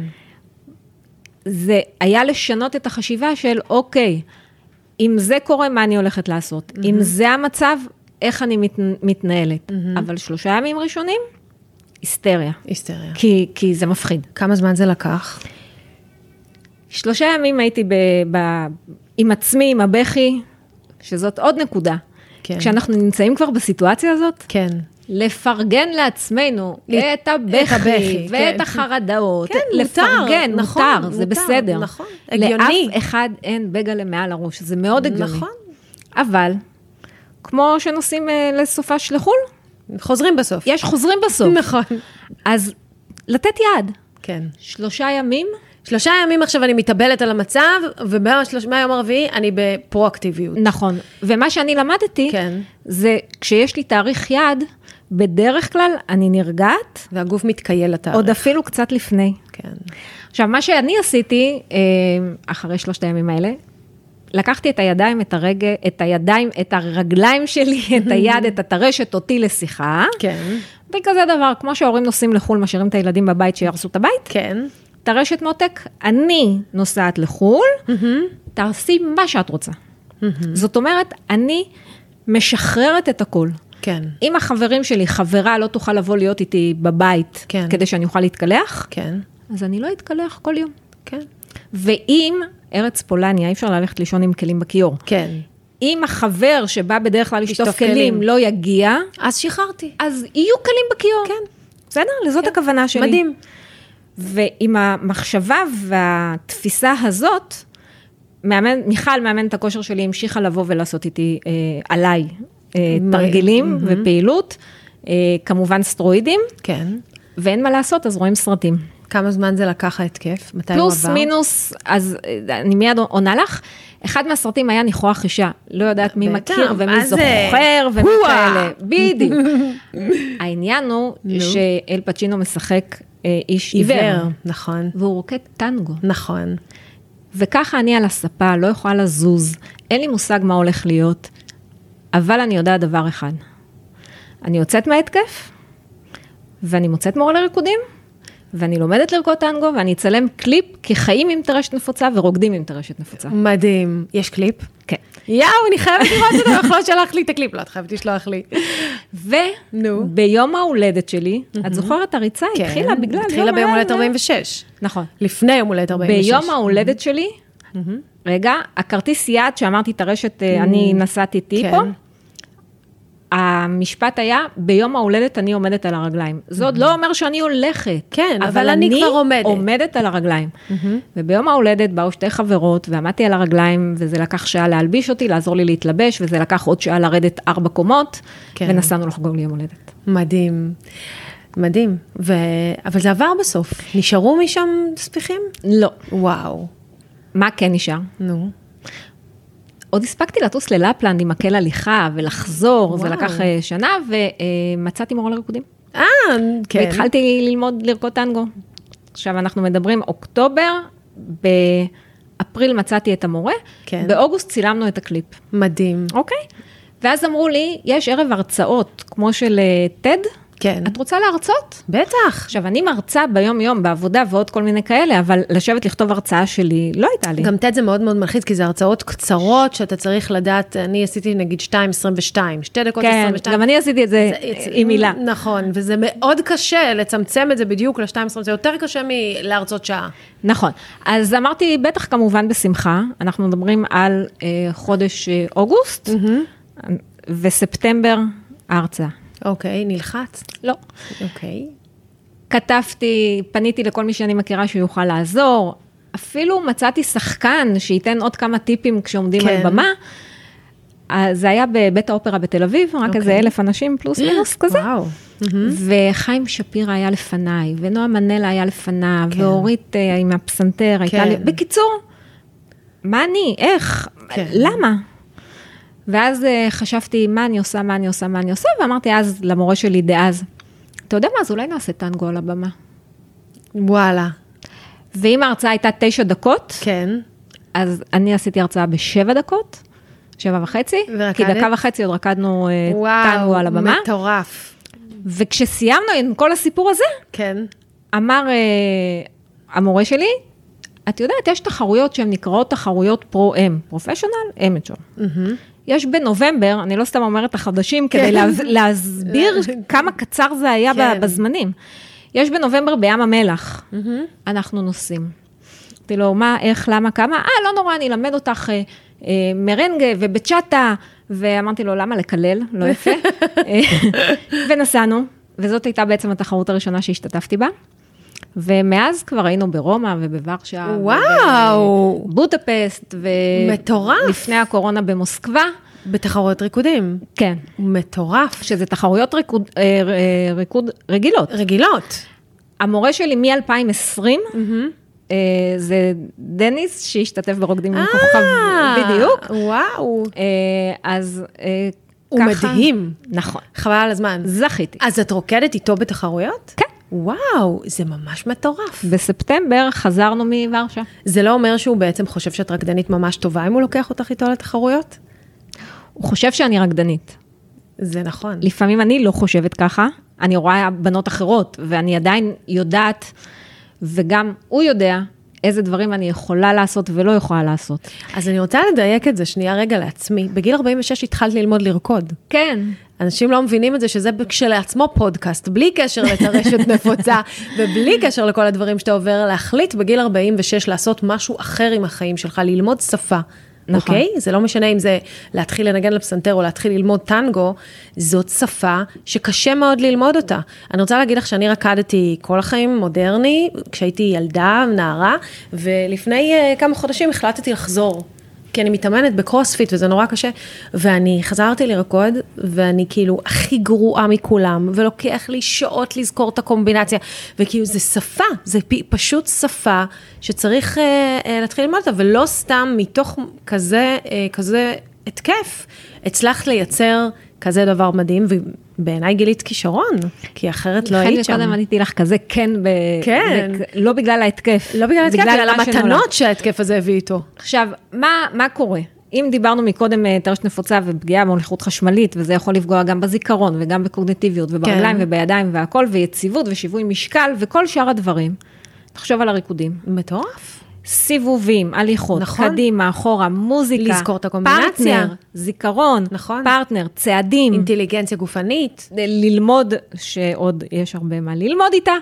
זה היה לשנות את החשיבה של, אוקיי, אם זה קורה, מה אני הולכת לעשות? Mm-hmm. אם זה המצב, איך אני מת, מתנהלת? Mm-hmm. אבל שלושה ימים ראשונים, היסטריה. היסטריה. כי, כי זה מפחיד. כמה זמן זה לקח? שלושה ימים הייתי ב, ב, עם עצמי, עם הבכי, שזאת עוד נקודה. כן. כשאנחנו נמצאים כבר בסיטואציה הזאת, כן. לפרגן לעצמנו את הבכי, את הבכי ואת כן. החרדאות, כן, לפרגן, מותר, נכון, מותר, זה מותר, בסדר. נכון, הגיוני. לאף אחד אין בגלה מעל הראש, זה מאוד הגיוני. נכון. אבל, כמו שנוסעים לסופה של חול, חוזרים בסוף. יש חוזרים בסוף. נכון. אז לתת יד. כן. שלושה ימים, שלושה ימים עכשיו אני מתאבלת על המצב, ומהיום הרביעי אני בפרואקטיביות. נכון. ומה שאני למדתי, כן. זה כשיש לי תאריך יד, בדרך כלל אני נרגעת. והגוף מתקייל לתאריך. עוד אפילו קצת לפני. כן. עכשיו, מה שאני עשיתי, אחרי שלושת הימים האלה, לקחתי את הידיים, את הרגל, את הידיים, את הרגליים שלי, את היד, את הטרשת, אותי לשיחה. כן. וכזה דבר, כמו שההורים נוסעים לחול, משאירים את הילדים בבית שירסו את הבית. כן. טרשת מותק, אני נוסעת לחול, תעשי מה שאת רוצה. זאת אומרת, אני משחררת את הכל. כן. אם החברים שלי, חברה לא תוכל לבוא להיות איתי בבית, כן. כדי שאני אוכל להתקלח, כן. אז אני לא אתקלח כל יום. כן. ואם ארץ פולניה, אי אפשר ללכת לישון עם כלים בכיור. כן. אם החבר שבא בדרך כלל לשטוף כלים לא יגיע, אז שחררתי. אז יהיו כלים בכיור. כן. בסדר? לזאת הכוונה שלי. מדהים. ועם המחשבה והתפיסה הזאת, מאמן, מיכל, מאמנת הכושר שלי, המשיכה לבוא ולעשות איתי אה, עליי אה, תרגילים mm-hmm. ופעילות, אה, כמובן סטרואידים. כן. ואין מה לעשות, אז רואים סרטים. כמה זמן זה לקח התקף? מתי הוא עבר? פלוס, מינוס, אז אני מיד עונה לך. אחד מהסרטים היה ניחוח אישה. לא יודעת מי מכיר ומי זוכר ומי כאלה. בדיוק. העניין הוא שאל פצ'ינו משחק איש עיוור. נכון. והוא רוקד טנגו. נכון. וככה אני על הספה, לא יכולה לזוז. אין לי מושג מה הולך להיות. אבל אני יודעת דבר אחד. אני יוצאת מההתקף, ואני מוצאת מורה לריקודים, ואני לומדת לרקוד טנגו, ואני אצלם קליפ, כי חיים עם טרשת נפוצה, ורוקדים עם טרשת נפוצה. מדהים. יש קליפ? כן. יאו, אני חייבת לראות את זה, איך לא שלח לי את הקליפ, לא, את חייבת לשלוח לי. וביום ההולדת שלי, את זוכרת, הריצה התחילה בגלל יום... התחילה ביום הולדת ארבעים ושש. נכון. לפני יום הולדת ארבעים ושש. ביום ההולדת שלי, רגע, הכרטיס יד שאמרתי את הרשת, אני נסעתי איתי פה, המשפט היה, ביום ההולדת אני עומדת על הרגליים. זה עוד לא אומר שאני הולכת. כן, אבל אני כבר עומדת. אבל אני עומדת על הרגליים. וביום ההולדת באו שתי חברות, ועמדתי על הרגליים, וזה לקח שעה להלביש אותי, לעזור לי להתלבש, וזה לקח עוד שעה לרדת ארבע קומות, ונסענו לחגוג לי יום הולדת. מדהים. מדהים. אבל זה עבר בסוף. נשארו משם ספיחים? לא. וואו. מה כן נשאר? נו. עוד הספקתי לטוס ללפלנד עם מקל הליכה ולחזור, זה לקח שנה, ומצאתי מורה לריקודים. אה, כן. והתחלתי ללמוד לרקוד טנגו. עכשיו אנחנו מדברים אוקטובר, באפריל מצאתי את המורה, באוגוסט צילמנו את הקליפ. מדהים. אוקיי? ואז אמרו לי, יש ערב הרצאות, כמו של טד, כן. את רוצה להרצות? בטח. עכשיו, אני מרצה ביום יום בעבודה ועוד כל מיני כאלה, אבל לשבת לכתוב הרצאה שלי לא הייתה לי. גם תד זה מאוד מאוד מלחיץ, כי זה הרצאות קצרות שאתה צריך לדעת, אני עשיתי נגיד שתיים עשרים ושתיים, שתי דקות עשרים ושתיים. כן, גם אני עשיתי את זה עם מילה. נכון, וזה מאוד קשה לצמצם את זה בדיוק ל-שתיים עשרה, זה יותר קשה מלהרצות שעה. נכון. אז אמרתי, בטח כמובן בשמחה, אנחנו מדברים על חודש אוגוסט, וספטמבר ההרצאה. אוקיי, נלחץ? לא. אוקיי. כתבתי, פניתי לכל מי שאני מכירה שיוכל לעזור, אפילו מצאתי שחקן שייתן עוד כמה טיפים כשעומדים על במה, אז זה היה בבית האופרה בתל אביב, רק איזה אלף אנשים פלוס מינוס כזה. וואו. וחיים שפירא היה לפניי, ונועה מנלה היה לפניו, ואורית עם הפסנתר הייתה לי, בקיצור, מה אני, איך, למה? ואז חשבתי, מה אני עושה, מה אני עושה, מה אני עושה, ואמרתי אז למורה שלי דאז, אתה יודע מה, אז אולי נעשה טנגו על הבמה. וואלה. ואם ההרצאה הייתה תשע דקות, כן. אז אני עשיתי הרצאה בשבע דקות, שבע וחצי, כי דקה וחצי עוד רקדנו טנגו על הבמה. וואו, מטורף. וכשסיימנו עם כל הסיפור הזה, כן. אמר המורה שלי, את יודעת, יש תחרויות שהן נקראות תחרויות פרו-אם, פרופשיונל, אמג'ור. יש בנובמבר, אני לא סתם אומרת החדשים, כדי להסביר כמה קצר זה היה בזמנים. יש בנובמבר בים המלח, אנחנו נוסעים. אמרתי לו, מה, איך, למה, כמה? אה, לא נורא, אני אלמד אותך מרנגה ובצ'אטה, ואמרתי לו, למה לקלל? לא יפה. ונסענו, וזאת הייתה בעצם התחרות הראשונה שהשתתפתי בה. ומאז כבר היינו ברומא ובוורשה. וואו. בודפסט. מטורף. ולפני הקורונה במוסקבה. בתחרויות ריקודים. כן. מטורף. שזה תחרויות ריקוד, ריקוד רגילות. רגילות. המורה שלי מ-אלפיים ועשרים, זה דניס שהשתתף ברוקדים עם כוכב בדיוק. וואו. אז הוא מדהים. נכון. חבל על הזמן. זכיתי. אז את רוקדת איתו בתחרויות? כן. וואו, זה ממש מטורף. בספטמבר חזרנו מוורשה. זה לא אומר שהוא בעצם חושב שאת רקדנית ממש טובה, אם הוא לוקח אותך איתו לתחרויות? הוא חושב שאני רקדנית. זה נכון. לפעמים אני לא חושבת ככה, אני רואה בנות אחרות, ואני עדיין יודעת, וגם הוא יודע איזה דברים אני יכולה לעשות ולא יכולה לעשות. אז אני רוצה לדייק את זה שנייה רגע לעצמי. בגיל ארבעים ושש התחלת ללמוד לרקוד. כן. אנשים לא מבינים את זה, שזה כשלעצמו פודקאסט, בלי קשר לטרשת נפוצה, ובלי קשר לכל הדברים שאתה עובר, להחליט בגיל ארבעים ושש, לעשות משהו אחר עם החיים שלך, ללמוד שפה. נכון. אוקיי? זה לא משנה אם זה להתחיל לנגן לפסנתר, או להתחיל ללמוד טנגו, זאת שפה שקשה מאוד ללמוד אותה. אני רוצה להגיד לך שאני רקדתי כל החיים מודרני, כשהייתי ילדה, נערה, ולפני uh, כמה חודשים החלטתי לחזור. כי אני מתאמנת בקרוספיט, וזה נורא קשה, ואני חזרתי לרקוד, ואני כאילו הכי גרועה מכולם, ולוקח לי שעות לזכור את הקומבינציה, וכאילו זה שפה, זה פשוט שפה, שצריך אה, אה, להתחיל ללמוד אותה, ולא סתם מתוך כזה, אה, כזה התקף, הצלחת לייצר כזה דבר מדהים, ובעיניי גילית כישרון, כי אחרת לא היית שם. קודם עניתי לך כזה כן, ב... כן. ב... לא בגלל ההתקף. לא בגלל ההתקף, בגלל אלא המתנות שההתקף הזה הביא איתו. עכשיו, מה, מה קורה? אם דיברנו מקודם טרשת נפוצה ופגיעה במוליכות חשמלית, וזה יכול לפגוע גם בזיכרון, וגם בקוגניטיביות, וברגליים כן. ובידיים והכל, ויציבות ושיווי משקל, וכל שאר הדברים. תחשוב על הריקודים. מטורף. סיבובים, הליכות, נכון. קדימה, אחורה, מוזיקה, לזכור את הקומבינציה. פרטנר, זיכרון, נכון. פרטנר, צעדים. אינטליגנציה גופנית. ללמוד, שעוד יש הרבה מה ללמוד איתה.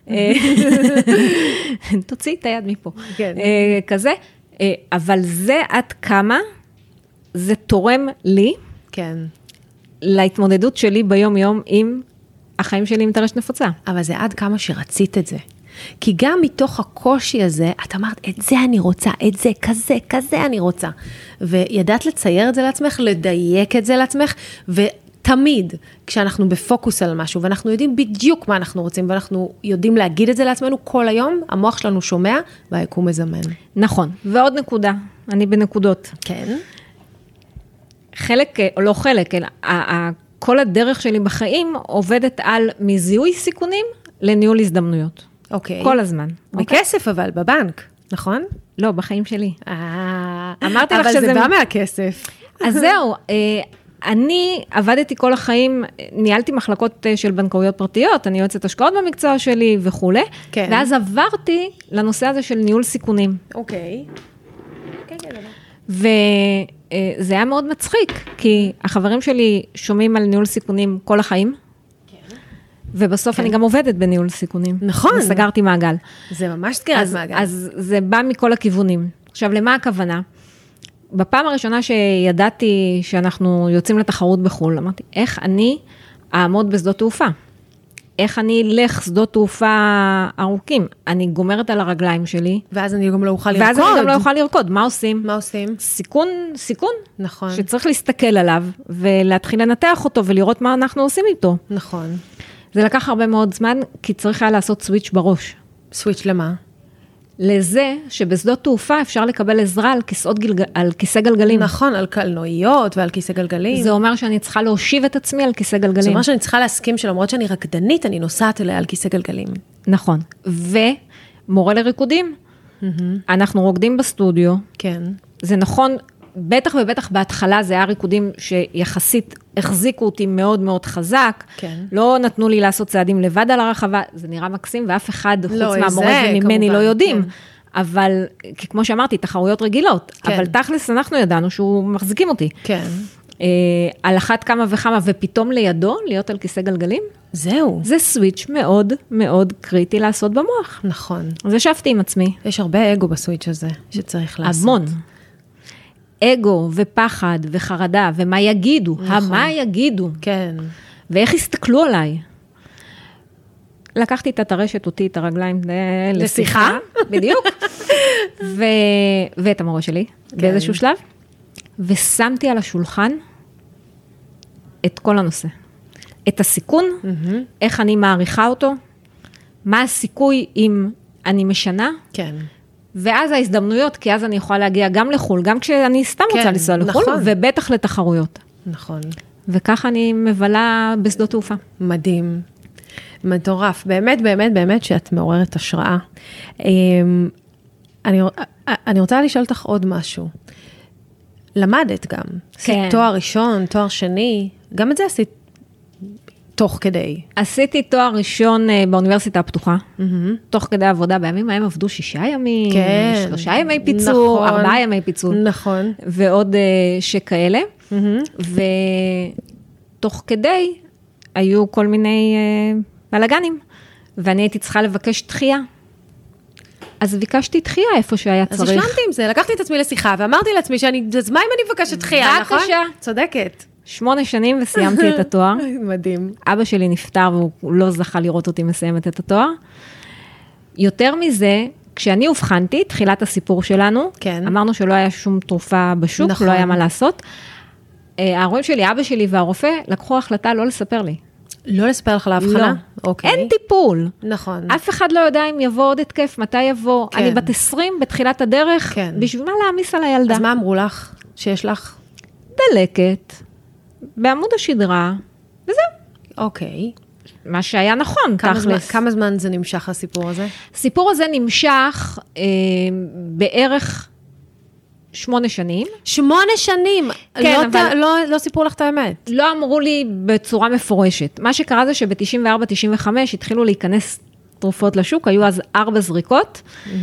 תוציא את היד מפה. כן. כזה. אבל זה עד כמה זה תורם לי. כן. להתמודדות שלי ביום יום עם החיים שלי עם טרשת נפוצה. אבל זה עד כמה שרצית את זה. כי גם מתוך הקושי הזה, את אמרת, את זה אני רוצה, את זה, כזה, כזה אני רוצה. וידעת לצייר את זה לעצמך, לדייק את זה לעצמך, ותמיד, כשאנחנו בפוקוס על משהו, ואנחנו יודעים בדיוק מה אנחנו רוצים, ואנחנו יודעים להגיד את זה לעצמנו כל היום, המוח שלנו שומע, והיקום מזמן. נכון. ועוד נקודה, אני בנקודות. כן. חלק, או לא חלק, אלא, כל הדרך שלי בחיים עובדת על מזיהוי סיכונים לניהול הזדמנויות. אוקיי. כל הזמן. בכסף אבל, בבנק, נכון? לא, בחיים שלי. אה, אמרתי לך אבל שזה... זה בא מהכסף. אז זהו, אני עבדתי כל החיים, ניהלתי מחלקות של בנקאויות פרטיות, אני יועצת השקעות במקצוע שלי וכו'. כן. ואז עברתי לנושא הזה של ניהול סיכונים. אוקיי. כן, כן, וזה היה מאוד מצחיק, כי החברים שלי שומעים על ניהול סיכונים כל החיים, ובסוף אני גם עובדת בניהול סיכונים. נכון. וסגרתי מעגל. זה ממש סגירת מעגל. אז זה בא מכל הכיוונים. עכשיו, למה הכוונה? בפעם הראשונה שידעתי שאנחנו יוצאים לתחרות בחו"ל, אמרתי, איך אני אעמוד בשדות תעופה? איך אני אלך שדות תעופה ארוכים? אני גומרת על הרגליים שלי. ואז אני גם לא אוכל לרקוד. ואז אני גם לא אוכל לרקוד. מה עושים? מה עושים? סיכון, סיכון. נכון. שצריך להסתכל עליו, ולהתחיל לנתח אותו, ולראות מה אנחנו עושים איתו. נכון. זה לקח הרבה מאוד זמן, כי צריך היה לעשות סוויץ' בראש. סוויץ' למה? לזה שבשדות תעופה אפשר לקבל עזרה על, גלג... על כיסא גלגלים. נכון, על קלנועיות ועל כיסא גלגלים. זה אומר שאני צריכה להושיב את עצמי על כיסא גלגלים. זה אומר שאני צריכה להסכים שלמרות שאני רקדנית, אני נוסעת אליה על כיסא גלגלים. נכון. ומורה לריקודים, mm-hmm. אנחנו רוקדים בסטודיו. כן. זה נכון, בטח ובטח בהתחלה זה היה ריקודים שיחסית החזיקו אותי מאוד מאוד חזק. כן. לא נתנו לי לעשות צעדים לבד על הרחבה, זה נראה מקסים, ואף אחד לא, חוץ מהמורה וממני כמובן, לא יודעים. כן. אבל, כי כמו שאמרתי, תחרויות רגילות. כן. אבל תכלס אנחנו ידענו שהוא מחזיקים אותי. כן. אה, על אחת כמה וכמה, ופתאום לידו, להיות על כיסא גלגלים. זהו. זה סוויץ' מאוד מאוד קריטי לעשות במוח. נכון. אז ישבתי עם עצמי. יש הרבה אגו בסוויץ' הזה, שצריך לעשות. המון. אגו ופחד וחרדה, ומה יגידו, נכון. מה יגידו. כן. ואיך הסתכלו עליי. לקחתי את הטרשת אותי, את הרגליים לשיחה, בדיוק, ו... ואת המורה שלי, כן. באיזשהו שלב, ושמתי על השולחן את כל הנושא. את הסיכון, mm-hmm. איך אני מעריכה אותו, מה הסיכוי אם אני משנה, כן. ואז ההזדמנויות, כי אז אני יכולה להגיע גם לחול, גם כשאני סתם כן, רוצה לנסוע לחול, נכון. ובטח לתחרויות. נכון. וככה אני מבלה בשדות תעופה. מדהים. מטורף. באמת, באמת, באמת שאת מעוררת השראה. אני, אני רוצה לשאול אותך עוד משהו. למדת גם. כן. עשית תואר ראשון, תואר שני, גם את זה עשית תוך כדי. עשיתי תואר ראשון באוניברסיטה הפתוחה, mm-hmm. תוך כדי עבודה, בימים ההם עבדו שישה ימים, כן. שלושה ימי פיצול, נכון. ארבעה ימי פיצול. נכון. ועוד שכאלה. Mm-hmm. תוך כדי, היו כל מיני אה, בלגנים, ואני הייתי צריכה לבקש דחייה. אז ביקשתי דחייה איפה שהיה צריך. אז השלמתי עם זה, לקחתי את עצמי לשיחה, ואמרתי לעצמי שאני, אז מה אם אני מבקשת דחייה, נכון? בבקשה. צודקת. שמונה שנים וסיימתי את התואר. מדהים. אבא שלי נפטר והוא לא זכה לראות אותי מסיימת את התואר. יותר מזה, כשאני הובחנתי, תחילת הסיפור שלנו, כן. אמרנו שלא היה שום תרופה בשוק, נכון. לא היה מה לעשות. ההורים שלי, אבא שלי והרופא, לקחו החלטה לא לספר לי. לא לספר לך להבחנה? לא. אוקיי. אין טיפול. נכון. אף אחד לא יודע אם יבוא עוד התקף, מתי יבוא. כן. אני בת עשרים בתחילת הדרך, כן. בשביל מה להעמיס על הילדה? אז מה אמרו לך שיש לך? דלקת, בעמוד השדרה, וזהו. אוקיי. מה שהיה נכון, כמה זמן, תכלס. כמה זמן זה נמשך הסיפור הזה? הסיפור הזה נמשך אה, בערך שמונה שנים. שמונה שנים. כן, לא, אבל- ת, לא, לא סיפרו לך את האמת. לא אמרו לי בצורה מפורשת. מה שקרה זה שב-תשעים וארבע תשעים וחמש התחילו להיכנס תרופות לשוק, היו אז ארבע זריקות,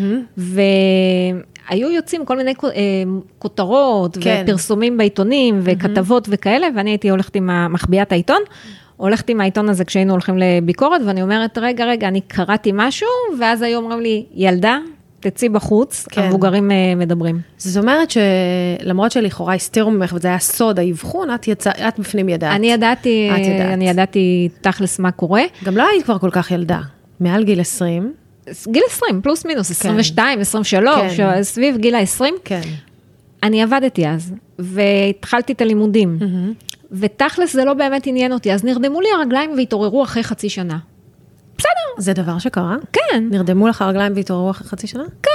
והיו יוצאים כל מיני כותרות, כן. ופרסומים בעיתונים, וכתבות וכאלה, ואני הייתי הולכת עם מחביאת העיתון, הולכת עם העיתון הזה כשהיינו הולכים לביקורת, ואני אומרת, רגע, רגע, אני קראתי משהו, ואז היו אומרים לי, ילדה, תצאי בחוץ, כן. המבוגרים מדברים. זאת אומרת שלמרות שלכאורה הסתירו ממך, וזה היה סוד האבחון, את, יצא, את בפנים ידעת. אני ידעתי, את ידעת. אני ידעתי תכלס מה קורה. גם לא היית כבר כל כך ילדה. מעל גיל עשרים. גיל עשרים, פלוס מינוס, עשרים ושתיים, עשרים ושלוש, כן. סביב גיל ה-עשרים. כן. אני עבדתי אז, והתחלתי את הלימודים. ותכלס זה לא באמת עניין אותי, אז נרדמו לי הרגליים והתעוררו אחרי חצי שנה. בסדר. זה דבר שקרה? כן. נרדמו לך הרגליים והתעוררו אחרי חצי שנה? כן.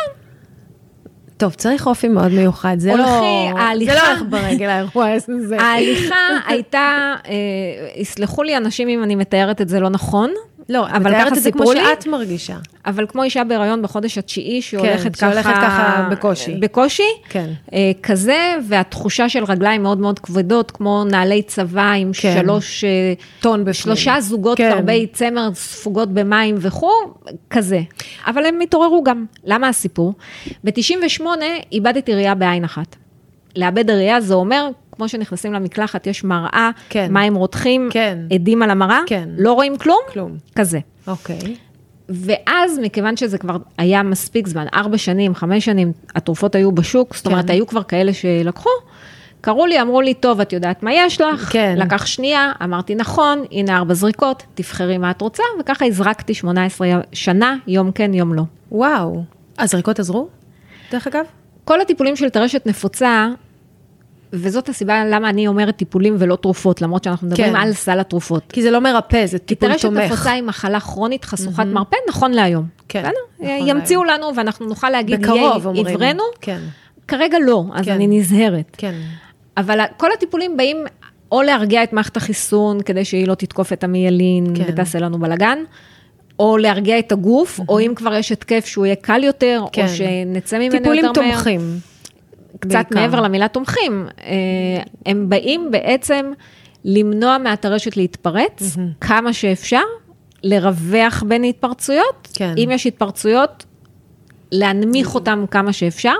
טוב, צריך אופי מאוד מיוחד, זה לא... הולכי, ההליכה- זה לא הולך ברגל, האירוע הזה. ההליכה הייתה, אה, יסלחו לי אנשים אם אני מתארת את זה לא נכון, לא, אבל מתארת ככה את זה כמו סיפרו לי. שאת מרגישה. אבל כמו אישה בהיריון בחודש התשיעי, שהולכת ככה... שהולכת ככה בקושי. בקושי. כן. אה, כזה, והתחושה של רגליים מאוד מאוד כבדות, כמו נעלי צבא עם כן. שלוש... אה, טון בפנים. שלושה זוגות כן. הרבה צמר ספוגות במים וכו', כזה. אבל הם התעוררו גם. למה הסיפור? ב-תשעים ושמונה איבדתי ראייה בעין אחת. לאבד הראייה זה אומר, כמו שנכנסים למקלחת, יש מראה, כן. מים רותחים, כן. עדים על המראה, כן. לא רואים כלום, כלום. כזה. אוקיי. ואז, מכיוון שזה כבר היה מספיק זמן, ארבע שנים, חמש שנים, התרופות היו בשוק, זאת אומרת, כן. היו כבר כאלה שלקחו, קראו לי, אמרו לי, טוב, את יודעת מה יש לך, כן. לקח שנייה, אמרתי, נכון, הנה ארבע זריקות, תבחרי מה את רוצה, וככה הזרקתי שמונה עשרה שנה, יום כן, יום לא. וואו. הזריקות עזרו? דרך אגב? כל הטיפולים של טרשת נפוצה, וזאת הסיבה למה אני אומרת טיפולים ולא תרופות, למרות שאנחנו מדברים כן. על סל התרופות. כי זה לא מרפא, זה כי טיפול טרשת תומך. נפוצה היא מחלה כרונית חשוכת מרפא, נכון להיום. כן, בסדר? נכון ימציאו לנו ואנחנו נוכל להגיד, בקרוב יהיה אומרים. עברנו, כן. כרגע לא, אז כן. אני נזהרת. כן. אבל כל הטיפולים באים או להרגיע את מערכת החיסון, כדי שהיא לא תתקוף את המיילין כן. ותעשה לנו בלגן, או להרגיע את הגוף, או אם כבר יש התקף שהוא יהיה קל יותר, כן. או שנצא ממנו טיפולים יותר מהר. תומכים. קצת בעיקר. מעבר למילה תומכים, הם באים בעצם למנוע מהטרשת להתפרץ, כמה שאפשר, לרווח בין התפרצויות, כן. אם יש התפרצויות, להנמיך אותם כמה שאפשר,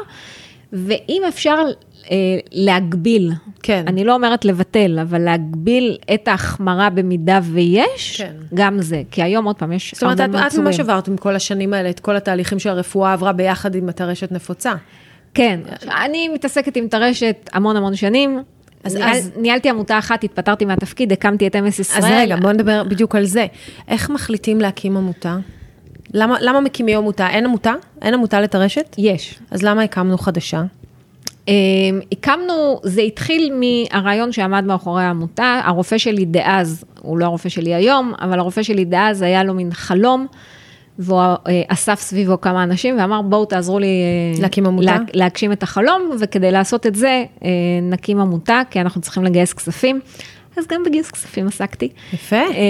ואם אפשר אה, להגביל, כן. אני לא אומרת לבטל, אבל להגביל את ההחמרה במידה ויש, כן. גם זה, כי היום עוד פעם יש זאת אומרת, הרבה את, את מעצורים. ממש עברת עם כל השנים האלה, את כל התהליכים שהרפואה עברה ביחד עם הטרשת נפוצה. כן, אני מתעסקת עם טרשת המון המון שנים, אז- ניהל, אז- ניהלתי עמותה אחת, התפטרתי מהתפקיד, הקמתי את אמס ישראל. אז רגע, בוא נדבר בדיוק על זה. איך מחליטים להקים עמותה? למה, למה מקימים עמותה? אין עמותה? אין עמותה לטרשת? יש. אז למה הקמנו חדשה? Um, הקמנו, זה התחיל מהרעיון שעמד מאחורי העמותה, הרופא שלי דאז, הוא לא הרופא שלי היום, אבל הרופא שלי דאז היה לו מין חלום, והוא uh, אסף סביבו כמה אנשים, ואמר בואו תעזרו לי uh, להקים עמותה? לה, להגשים את החלום, וכדי לעשות את זה uh, נקים עמותה, כי אנחנו צריכים לגייס כספים, אז גם בגיוס כספים עסקתי. יפה. Uh,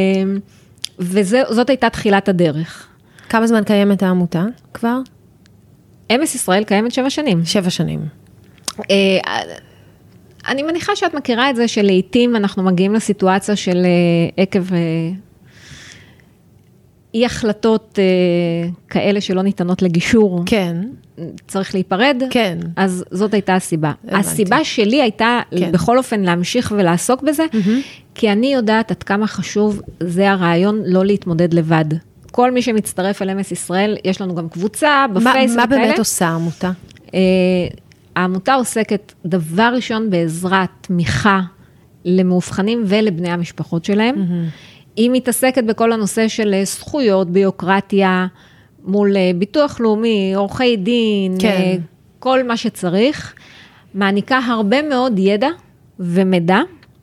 וזאת הייתה תחילת הדרך. כמה זמן קיימת העמותה כבר? אמס ישראל קיימת שבע שנים. שבע שנים. אני מניחה שאת מכירה את זה שלעיתים אנחנו מגיעים לסיטואציה של עקב אי החלטות כאלה שלא ניתנות לגישור. כן. צריך להיפרד. כן. אז זאת הייתה הסיבה. הבנתי. הסיבה שלי הייתה כן. בכל אופן להמשיך ולעסוק בזה, כי אני יודעת עד כמה חשוב זה הרעיון לא להתמודד לבד. כל מי שמצטרף אל אם אס ישראל, יש לנו גם קבוצה בפייסבוק. מה באמת עושה העמותה? העמותה עוסקת דבר ראשון בעזרת תמיכה למאובחנים ולבני המשפחות שלהם. היא מתעסקת בכל הנושא של זכויות, ביוקרטיה, מול ביטוח לאומי, עורכי דין, כן. כל מה שצריך. מעניקה הרבה מאוד ידע ומידע,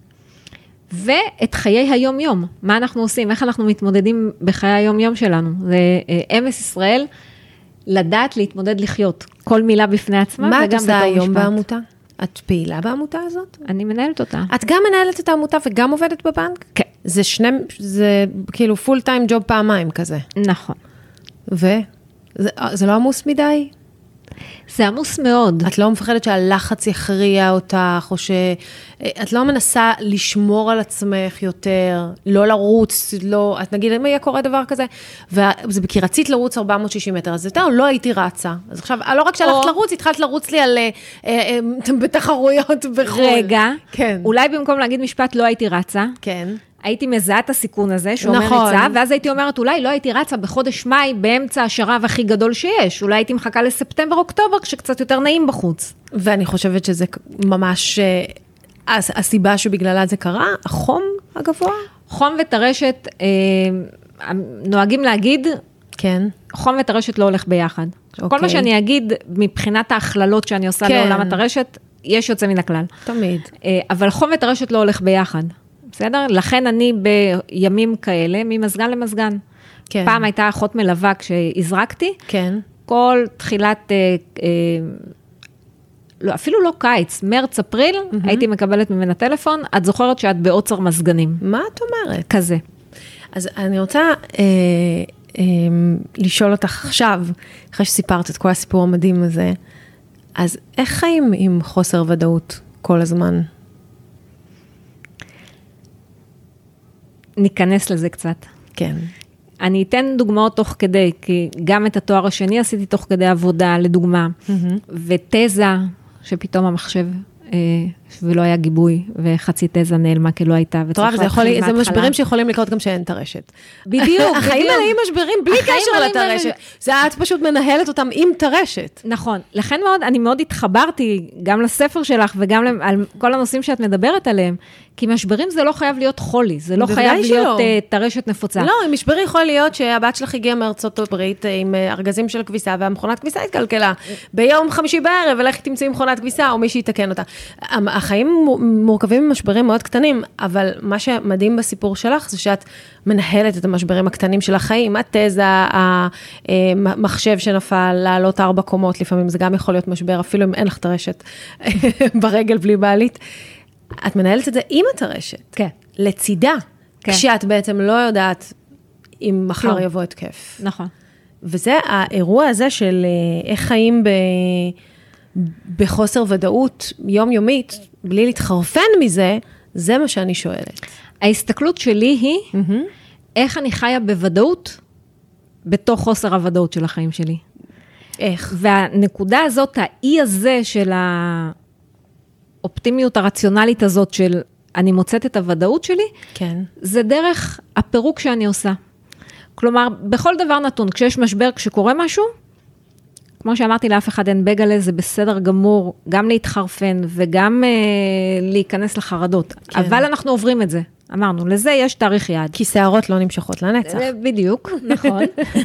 ואת חיי היום-יום. מה אנחנו עושים? איך אנחנו מתמודדים בחיי היום-יום שלנו? זה אם אס ישראל, לדעת להתמודד לחיות. כל מילה בפני עצמה, מה את עושה היום בעמותה? את פעילה בעמותה הזאת? אני מנהלת אותה. את גם מנהלת את העמותה וגם עובדת בבנק? כן. זה שני, זה כאילו פול טיים ג'וב פעמיים כזה. נכון. ו? זה, זה לא עמוס מדי? זה עמוס מאוד. את לא מפחדת שהלחץ יכריע אותך, או שאת לא מנסה לשמור על עצמך יותר, לא לרוץ, לא, את נגיד, אם יהיה קורה דבר כזה, וזה כי רצית לרוץ ארבע מאות ושישים מטר, אז יותר לא הייתי רצה. אז עכשיו, לא רק שהלכת לרוץ, התחלת לרוץ לי על, בתחרויות בחול. רגע, כן. אולי במקום להגיד משפט, לא הייתי רצה. כן. הייתי מזהה את הסיכון הזה, שאומר נכון. ריצה, ואז הייתי אומרת, אולי לא הייתי רצה בחודש מאי, באמצע השרב הכי גדול שיש, אולי הייתי מחכה לספטמבר, אוקטובר, כשקצת יותר נעים בחוץ. ואני חושבת שזה ממש, הסיבה שבגללה זה קרה, החום הגבוה? חום וטרשת, נוהגים להגיד, כן. חום וטרשת לא הולך ביחד. אוקיי. כל מה שאני אגיד, מבחינת ההכללות שאני עושה כן. לעולם הטרשת, יש יוצא מן הכלל. תמיד. אבל חום וטרשת לא הולך ביחד. בסדר? לכן אני בימים כאלה, ממסגן למסגן. כן. פעם הייתה אחות מלווה כשהזרקתי. כן. כל תחילת, אה, אה, לא, אפילו לא קיץ, מרץ, אפריל, mm-hmm. הייתי מקבלת ממנה טלפון, את זוכרת שאת בעוצר מסגנים. מה את אומרת? כזה. אז אני רוצה אה, אה, לשאול אותך עכשיו, אחרי שסיפרת את כל הסיפור המדהים הזה, אז איך חיים עם חוסר ודאות כל הזמן? ניכנס לזה קצת. כן. אני אתן דוגמאות תוך כדי, כי גם את התואר השני עשיתי תוך כדי עבודה, לדוגמה, mm-hmm. ותזה, שפתאום המחשב, אה, ולא היה גיבוי, וחצי תזה נעלמה, כי לא הייתה. טוב, זה, יכול, זה משברים שיכולים לקרות גם שאין את הרשת. בדיוק. החיים מלאים משברים, בלי קשר לתרשת. זה את פשוט מנהלת אותם עם תרשת. נכון. לכן מאוד, אני מאוד התחברתי, גם לספר שלך, וגם על כל הנושאים שאת מדברת עליהם, כי משברים זה לא חייב להיות חולי, זה לא חייב להיות טרשת נפוצה. לא, משברים יכול להיות שהבת שלך הגיעה מארצות הברית עם ארגזים של כביסה, והמכונת כביסה התקלקלה. ביום חמישי בערב, ולכי תמצאי מכונת כביסה, או מי שיתקן אותה. החיים מורכבים ממשברים מאוד קטנים, אבל מה שמדהים בסיפור שלך, זה שאת מנהלת את המשברים הקטנים של החיים, התזה, המחשב שנפל, לעלות ארבע קומות, לפעמים זה גם יכול להיות משבר, אפילו אם אין לך טרשת ברגל בלי בעלית. את מנהלת את זה עם הטרשת, כן. לצידה, כן. כשאת בעצם לא יודעת אם מחר לא. יבוא התקף. נכון. וזה האירוע הזה של איך חיים ב... בחוסר ודאות יומיומית, בלי להתחרפן מזה, זה מה שאני שואלת. ההסתכלות שלי היא, mm-hmm. איך אני חיה בוודאות, בתוך חוסר הוודאות של החיים שלי. איך? והנקודה הזאת, האי הזה של האופטימיות הרציונלית הזאת, של אני מוצאת את הוודאות שלי, כן. זה דרך הפירוק שאני עושה. כלומר, בכל דבר נתון, כשיש משבר, כשקורה משהו, כמו שאמרתי, לאף אחד אין בגלה, זה בסדר גמור, גם להתחרפן וגם אה, להיכנס לחרדות. כן. אבל אנחנו עוברים את זה. אמרנו, לזה יש תאריך יעד. כי שערות לא נמשכות לנצח. בדיוק, נכון.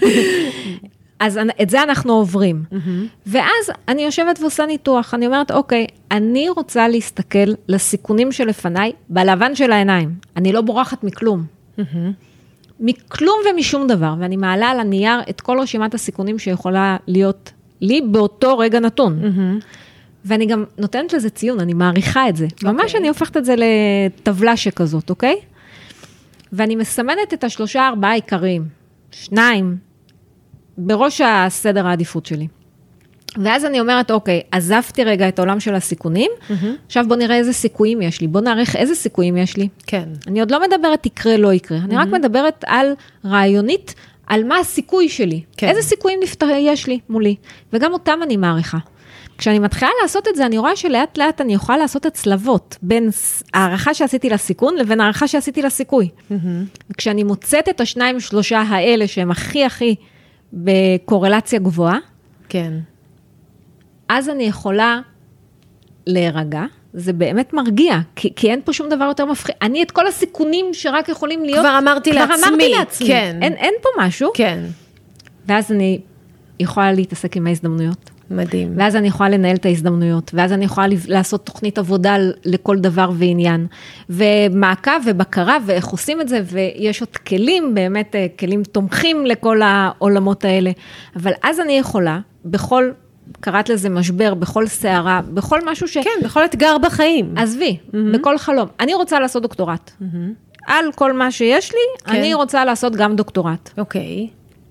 אז את זה אנחנו עוברים. Mm-hmm. ואז אני יושבת ועושה ניתוח, אני אומרת, אוקיי, אני רוצה להסתכל לסיכונים שלפניי, בלבן של העיניים. אני לא בורחת מכלום. Mm-hmm. מכלום ומשום דבר, ואני מעלה על הנייר את כל רשימת הסיכונים שיכולה להיות לי באותו רגע נתון. Mm-hmm. ואני גם נותנת לזה ציון, אני מעריכה את זה. Okay. ממש אני הופכת את זה לטבלה שכזאת, אוקיי? ואני מסמנת את השלושה ארבעה עיקריים, שניים, בראש הסדר העדיפות שלי. ואז אני אומרת, אוקיי, עזבתי רגע את העולם של הסיכונים, mm-hmm. עכשיו בוא נראה איזה סיכויים יש לי, בוא נעריך איזה סיכויים יש לי. כן. אני עוד לא מדברת יקרה, לא יקרה, mm-hmm. אני רק מדברת על רעיונית, על מה הסיכוי שלי, כן. איזה סיכויים נפתח, יש לי מולי, וגם אותם אני מעריכה. כשאני מתחילה לעשות את זה, אני רואה שלאט לאט אני יכולה לעשות הצלבות, בין הערכה שעשיתי לסיכון, לבין הערכה שעשיתי לסיכוי. Mm-hmm. וכשאני מוצאת את השניים שלושה האלה, שהם הכי הכי בקורלציה גבוהה, כן. אז אני יכולה להירגע, זה באמת מרגיע, כי, כי אין פה שום דבר יותר מפחיד. אני את כל הסיכונים שרק יכולים להיות... כבר אמרתי כבר לעצמי. כבר אמרתי לעצמי. כן. אין, אין פה משהו. כן. ואז אני יכולה להתעסק עם ההזדמנויות. מדהים. ואז אני יכולה לנהל את ההזדמנויות, ואז אני יכולה לעשות תוכנית עבודה לכל דבר ועניין, ומעקב ובקרה, ואיך עושים את זה, ויש עוד כלים, באמת כלים תומכים לכל העולמות האלה, אבל אז אני יכולה, בכל, קראת לזה משבר, בכל שערה, בכל משהו ש... כן, בכל אתגר בחיים. עזבי, mm-hmm. בכל חלום. אני רוצה לעשות דוקטורט. Mm-hmm. על כל מה שיש לי, כן. אני רוצה לעשות גם דוקטורט. אוקיי.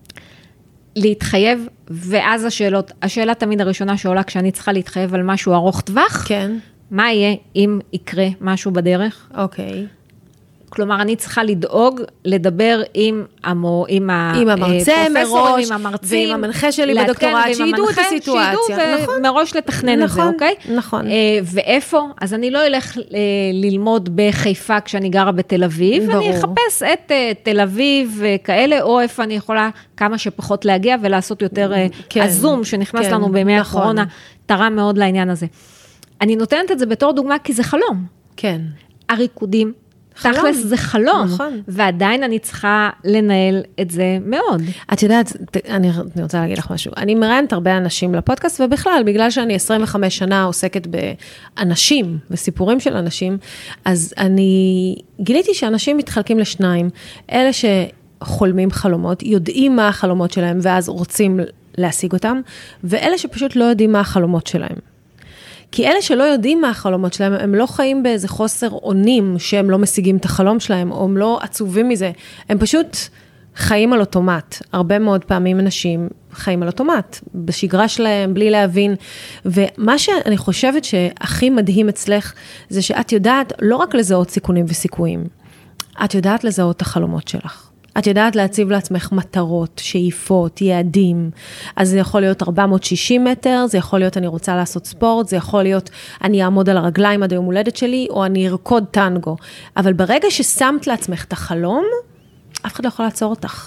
להתחייב, ואז השאלות, השאלה תמיד הראשונה שעולה כשאני צריכה להתחייב על משהו ארוך טווח, כן. מה יהיה אם יקרה משהו בדרך? אוקיי. כלומר, אני צריכה לדאוג, לדבר עם, המו, עם, עם המרצה מראש, עם המרצים, ועם המנחה שלי בדוקטורט, שידעו את הסיטואציה. שידעו נכון. ומראש לתכנן נכון, את זה, אוקיי? נכון. ואיפה? אז אני לא אלך ללמוד בחיפה כשאני גרה בתל אביב, ברור. אני אחפש את תל אביב כאלה, או איפה אני יכולה כמה שפחות להגיע, ולעשות יותר כן, הזום, שנכנס כן, לנו בימי נכון. הקורונה, תרם מאוד לעניין הזה. אני נותנת את זה בתור דוגמה, כי זה חלום. כן. הריקודים, תכלס זה חלום, נכון. ועדיין אני צריכה לנהל את זה מאוד. את יודעת, אני, אני רוצה להגיד לך משהו, אני מראיינת הרבה אנשים לפודקאסט, ובכלל, בגלל שאני עשרים וחמש שנה עוסקת באנשים, וסיפורים של אנשים, אז אני גיליתי שאנשים מתחלקים לשניים, אלה שחולמים חלומות, יודעים מה החלומות שלהם, ואז רוצים להשיג אותם, ואלה שפשוט לא יודעים מה החלומות שלהם. כי אלה שלא יודעים מה החלומות שלהם, הם לא חיים באיזה חוסר אונים, שהם לא משיגים את החלום שלהם, או הם לא עצובים מזה, הם פשוט חיים על אוטומט. הרבה מאוד פעמים אנשים חיים על אוטומט, בשגרה שלהם, בלי להבין. ומה שאני חושבת שהכי מדהים אצלך, זה שאת יודעת לא רק לזהות סיכונים וסיכויים, את יודעת לזהות את החלומות שלך. את יודעת להציב לעצמך מטרות, שאיפות, יעדים, אז זה יכול להיות ארבע מאות ושישים מטר, זה יכול להיות אני רוצה לעשות ספורט, זה יכול להיות אני אעמוד על הרגליים עד היום הולדת שלי, או אני ארקוד טנגו. אבל ברגע ששמת לעצמך את החלום, אף אחד לא יכול לעצור אותך.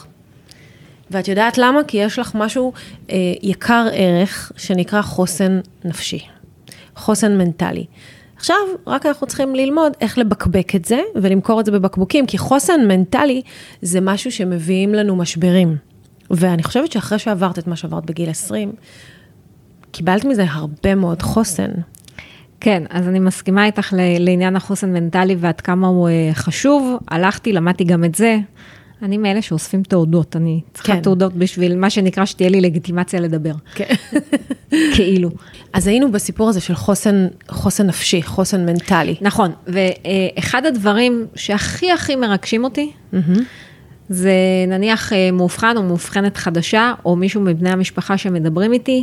ואת יודעת למה? כי יש לך משהו אה, יקר ערך, שנקרא חוסן נפשי, חוסן מנטלי. עכשיו, רק אנחנו צריכים ללמוד איך לבקבק את זה, ולמכור את זה בבקבוקים, כי חוסן מנטלי זה משהו שמביאים לנו משברים. ואני חושבת שאחרי שעברת את מה שעברת בגיל עשרים, קיבלת מזה הרבה מאוד חוסן. כן, אז אני מסכימה איתך לעניין החוסן מנטלי, ועד כמה הוא חשוב. הלכתי, למדתי גם את זה. אני מאלה שאוספים תעודות, אני צריכה כן. תעודות בשביל מה שנקרא שתהיה לי לגיטימציה לדבר. כן. כאילו. אז היינו בסיפור הזה של חוסן, חוסן נפשי, חוסן מנטלי. נכון, ואחד הדברים שהכי הכי מרגשים אותי, mm-hmm. זה נניח מאובחן או מאובחנת חדשה, או מישהו מבני המשפחה שמדברים איתי,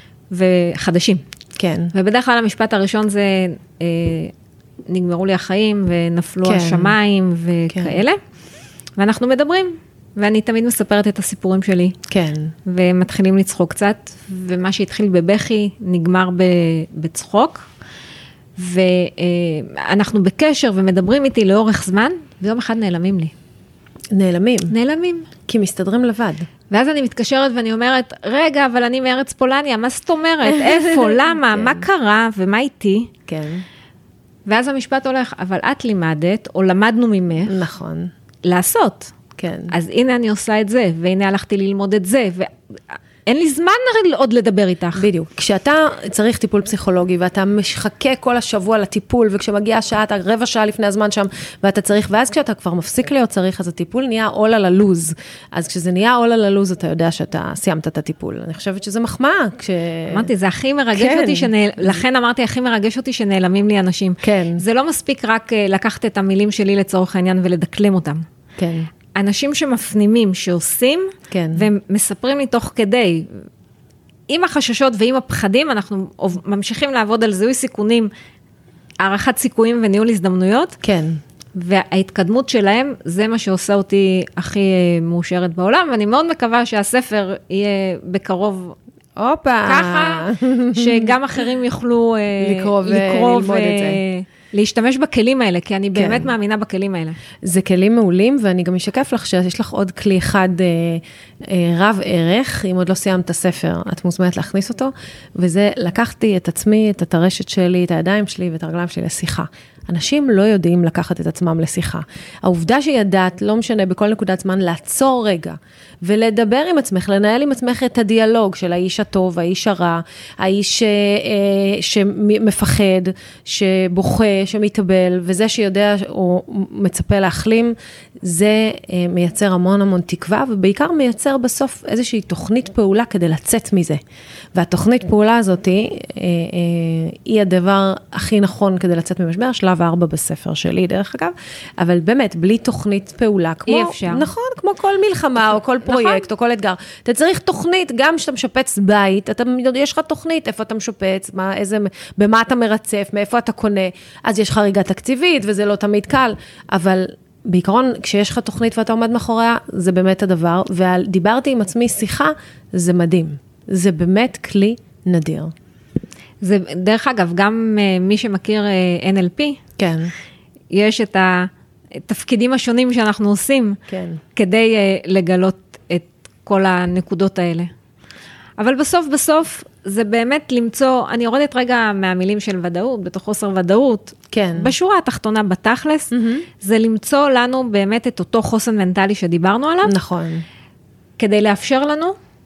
וחדשים. כן. ובדרך כלל המשפט הראשון זה, נגמרו לי החיים, ונפלו כן. השמיים, וכאלה. כן. ואנחנו מדברים, ואני תמיד מספרת את הסיפורים שלי. כן. ומתחילים לצחוק קצת, ומה שהתחיל בבכי נגמר בצחוק, ואנחנו בקשר ומדברים איתי לאורך זמן, ויום אחד נעלמים לי. נעלמים? נעלמים. כי מסתדרים לבד. ואז אני מתקשרת ואני אומרת, רגע, אבל אני מארץ פולניה, מה זאת אומרת? איפה? למה? מה קרה? ומה איתי? כן. ואז המשפט הולך, אבל את לימדת, או למדנו ממך. נכון. לעשות. כן. אז הנה אני עושה את זה, והנה הלכתי ללמוד את זה, ואין לי זמן עוד לדבר איתך. בדיוק. כשאתה צריך טיפול פסיכולוגי, ואתה מחכה כל השבוע לטיפול, וכשמגיעה השעה, אתה רבע שעה לפני הזמן שם, ואתה צריך, ואז כשאתה כבר מפסיק להיות צריך, אז הטיפול נהיה עול על הלוז. אז כשזה נהיה עול על הלוז, אתה יודע שאתה סיימת את הטיפול. אני חושבת שזה מחמאה. כש... אמרתי, זה הכי מרגש כן. אותי, שנעל... לכן אמרתי, הכי מרגש אותי שנעלמים לי אנשים. כן. זה לא מספיק רק לקחת את המילים שלי לצורך העניין ולדקלם אותם. כן. אנשים שמפנימים, שעושים, כן. ומספרים לי תוך כדי, עם החששות ועם הפחדים, אנחנו ממשיכים לעבוד על זיהוי סיכונים, הערכת סיכויים וניהול הזדמנויות, כן. וההתקדמות שלהם, זה מה שעושה אותי הכי מאושרת בעולם, ואני מאוד מקווה שהספר יהיה בקרוב אופה. ככה, שגם אחרים יוכלו לקרוא וללמוד את זה. להשתמש בכלים האלה, כי אני באמת מאמינה בכלים האלה. זה כלים מעולים, ואני גם אשקף לך שיש לך עוד כלי אחד רב ערך, אם עוד לא סיימת את הספר, את מוזמנת להכניס אותו, וזה לקחתי את עצמי, את הטרשת שלי, את הידיים שלי ואת הרגליים שלי לשיחה. אנשים לא יודעים לקחת את עצמם לשיחה. העובדה שידעת, לא משנה בכל נקודת זמן, לעצור רגע, ולדבר עם עצמך, לנהל עם עצמך את הדיאלוג של האיש הטוב, האיש הרע, האיש שמפחד, שבוכה, שמתאבל, וזה שיודע או מצפה להחלים, זה מייצר המון המון תקווה, ובעיקר מייצר בסוף איזושהי תוכנית פעולה כדי לצאת מזה. והתוכנית פעולה הזאת היא הדבר הכי נכון כדי לצאת ממשבר, שלב ארבע בספר שלי, דרך אגב, אבל באמת, בלי תוכנית פעולה, כמו, אי אפשר. נכון, כמו כל מלחמה, או כל פרויקט, נכון. או כל אתגר. אתה צריך תוכנית, גם כשאתה משפץ בית, אתה, יש לך תוכנית, איפה אתה משפץ, מה, איזה, במה אתה מרצף, מאיפה אתה קונה, אז יש חריגה תקציבית, וזה לא תמיד קל, אבל בעיקרון, כשיש לך תוכנית ואתה עומד מאחוריה, זה באמת הדבר, ודיברתי עם עצמי שיחה, זה מדהים. זה באמת כלי נדיר. זה, דרך אגב, גם uh, מי שמכיר uh, אן אל פי, כן. יש את התפקידים השונים שאנחנו עושים, כן. כדי uh, לגלות את כל הנקודות האלה. אבל בסוף, בסוף, זה באמת למצוא, אני יורדת רגע מהמילים של ודאות, בתוך חוסר ודאות, כן. בשורה התחתונה בתכלס, mm-hmm. זה למצוא לנו באמת את אותו חוסן מנטלי שדיברנו עליו, נכון. כדי לאפשר לנו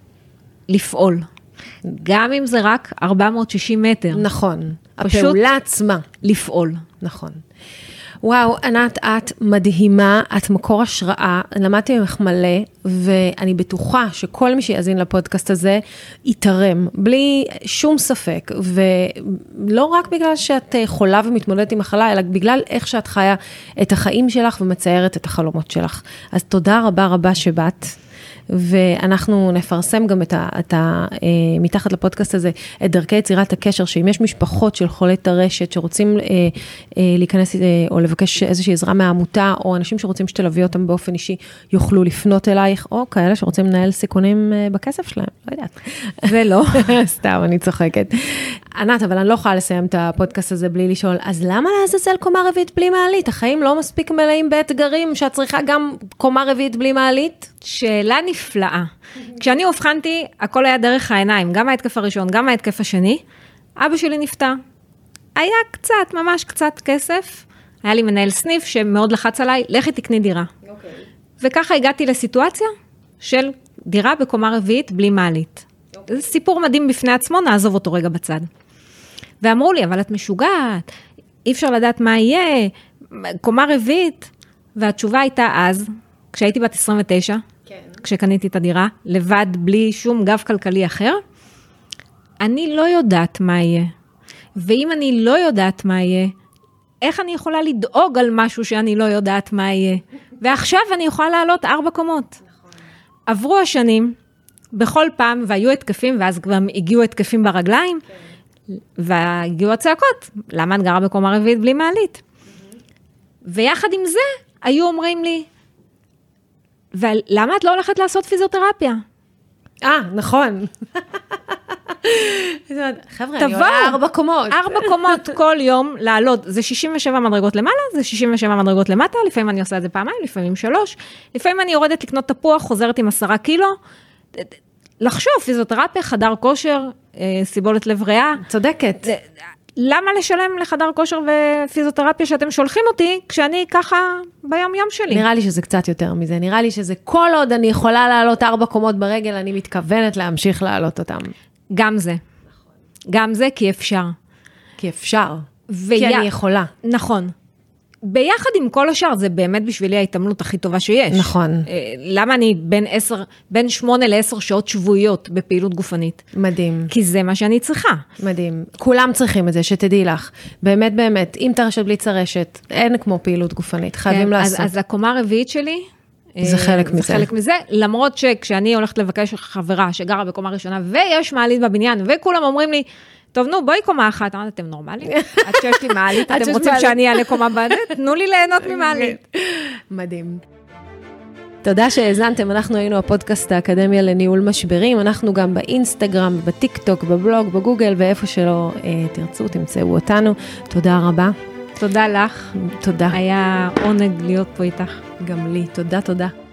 לפעול. גם אם זה רק ארבע מאות ושישים מטר. נכון. הפעולה עצמה. לפעול. נכון. וואו, ענת, את מדהימה, את מקור השראה, למדתי ממך מלא, ואני בטוחה שכל מי שיאזין לפודקאסט הזה, יתרם, בלי שום ספק, ולא רק בגלל שאת חולה ומתמודדת עם מחלה, אלא בגלל איך שאת חיה את החיים שלך ומציירת את החלומות שלך. אז תודה רבה רבה שבאת. ואנחנו נפרסם גם את ה, את ה, מתחת לפודקאסט הזה, את דרכי יצירת הקשר, שאם יש משפחות של חולי טרשת, שרוצים להיכנס או לבקש איזושהי עזרה מהעמותה, או אנשים שרוצים שתלווי אותם באופן אישי, יוכלו לפנות אלייך, או כאלה שרוצים לנהל סיכונים בכסף שלהם, לא יודעת. ולא. סתם, אני צוחקת. ענת, אבל אני לא יכולה לסיים את הפודקאסט הזה בלי לשאול, אז למה לעזאזל קומה רביעית בלי מעלית? החיים לא מספיק מלאים באתגרים, שאת צריכה גם קומה רביעית בלי מעלית? שאלה נפלאה. כשאני הובחנתי, הכל היה דרך העיניים, גם ההתקף הראשון, גם ההתקף השני. אבא שלי נפטר. היה קצת, ממש קצת כסף. היה לי מנהל סניף שמאוד לחץ עליי, לכי תקני דירה. אוקיי. וככה הגעתי לסיטואציה של דירה בקומה רביעית בלי מעלית. אוקיי. זה סיפור מדהים בפני עצמו, נעזוב אותו רגע בצד. ואמרו לי, אבל את משוגעת, אי אפשר לדעת מה יהיה, קומה רביעית. והתשובה הייתה אז, כשהייתי בת עשרים ותשע, כן. כשקניתי את הדירה, לבד, בלי שום גב כלכלי אחר, אני לא יודעת מה יהיה. ואם אני לא יודעת מה יהיה, איך אני יכולה לדאוג על משהו שאני לא יודעת מה יהיה? ועכשיו אני יכולה לעלות ארבע קומות. נכון. עברו השנים, בכל פעם, והיו התקפים, ואז כבר הגיעו התקפים ברגליים, כן. והגיעו הצעקות, למה את גרה בקומה רביעית בלי מעלית? Mm-hmm. ויחד עם זה, היו אומרים לי, ולמה את לא הולכת לעשות פיזיותרפיה? אה, נכון. חבר'ה, אני עולה ארבע קומות. ארבע קומות כל יום לעלות, זה שישים ושבע מדרגות למעלה, זה שישים ושבע מדרגות למטה, לפעמים אני עושה את זה פעמיים, לפעמים שלוש, לפעמים אני יורדת לקנות תפוח, חוזרת עם עשרה קילו, לחשוב, פיזיותרפיה, חדר כושר, סיבולת לב ריאה. צודקת. למה לשלם לחדר כושר ופיזיותרפיה שאתם שולחים אותי, כשאני ככה ביום יום שלי? נראה לי שזה קצת יותר מזה, נראה לי שזה כל עוד אני יכולה לעלות ארבע קומות ברגל, אני מתכוונת להמשיך לעלות אותם. גם זה. גם זה כי אפשר. כי אפשר. כי אני יכולה. נכון. ביחד עם כל השאר, זה באמת בשבילי ההתעמלות הכי טובה שיש. נכון. למה אני בין עשר, בין שמונה לעשר שעות שבועיות בפעילות גופנית? מדהים. כי זה מה שאני צריכה. מדהים. כולם צריכים את זה, שתדעי לך. באמת, באמת, אם תרשת בלי צרשת, אין כמו פעילות גופנית. חייבים לעשות. אז הקומה הרביעית שלי, זה חלק מזה. זה חלק מזה, למרות שכשאני הולכת לבקש חברה שגרה בקומה ראשונה, ויש מעלית בבניין, וכולם אומרים לי, טוב, נו, בואי קומה אחת. אמרת, אתם נורמליים? עד שיש לי מעלית, אתם רוצים שאני אעלה קומה בעדית? תנו לי ליהנות ממעלית. מדהים. תודה שהאזנתם, אנחנו היינו הפודקאסט האקדמיה לניהול משברים, אנחנו גם באינסטגרם, בטיק טוק, בבלוג, בגוגל, ואיפה שלא אה, תרצו, תמצאו אותנו. תודה רבה. תודה לך. תודה. היה עונג להיות פה איתך. גם לי, תודה, תודה.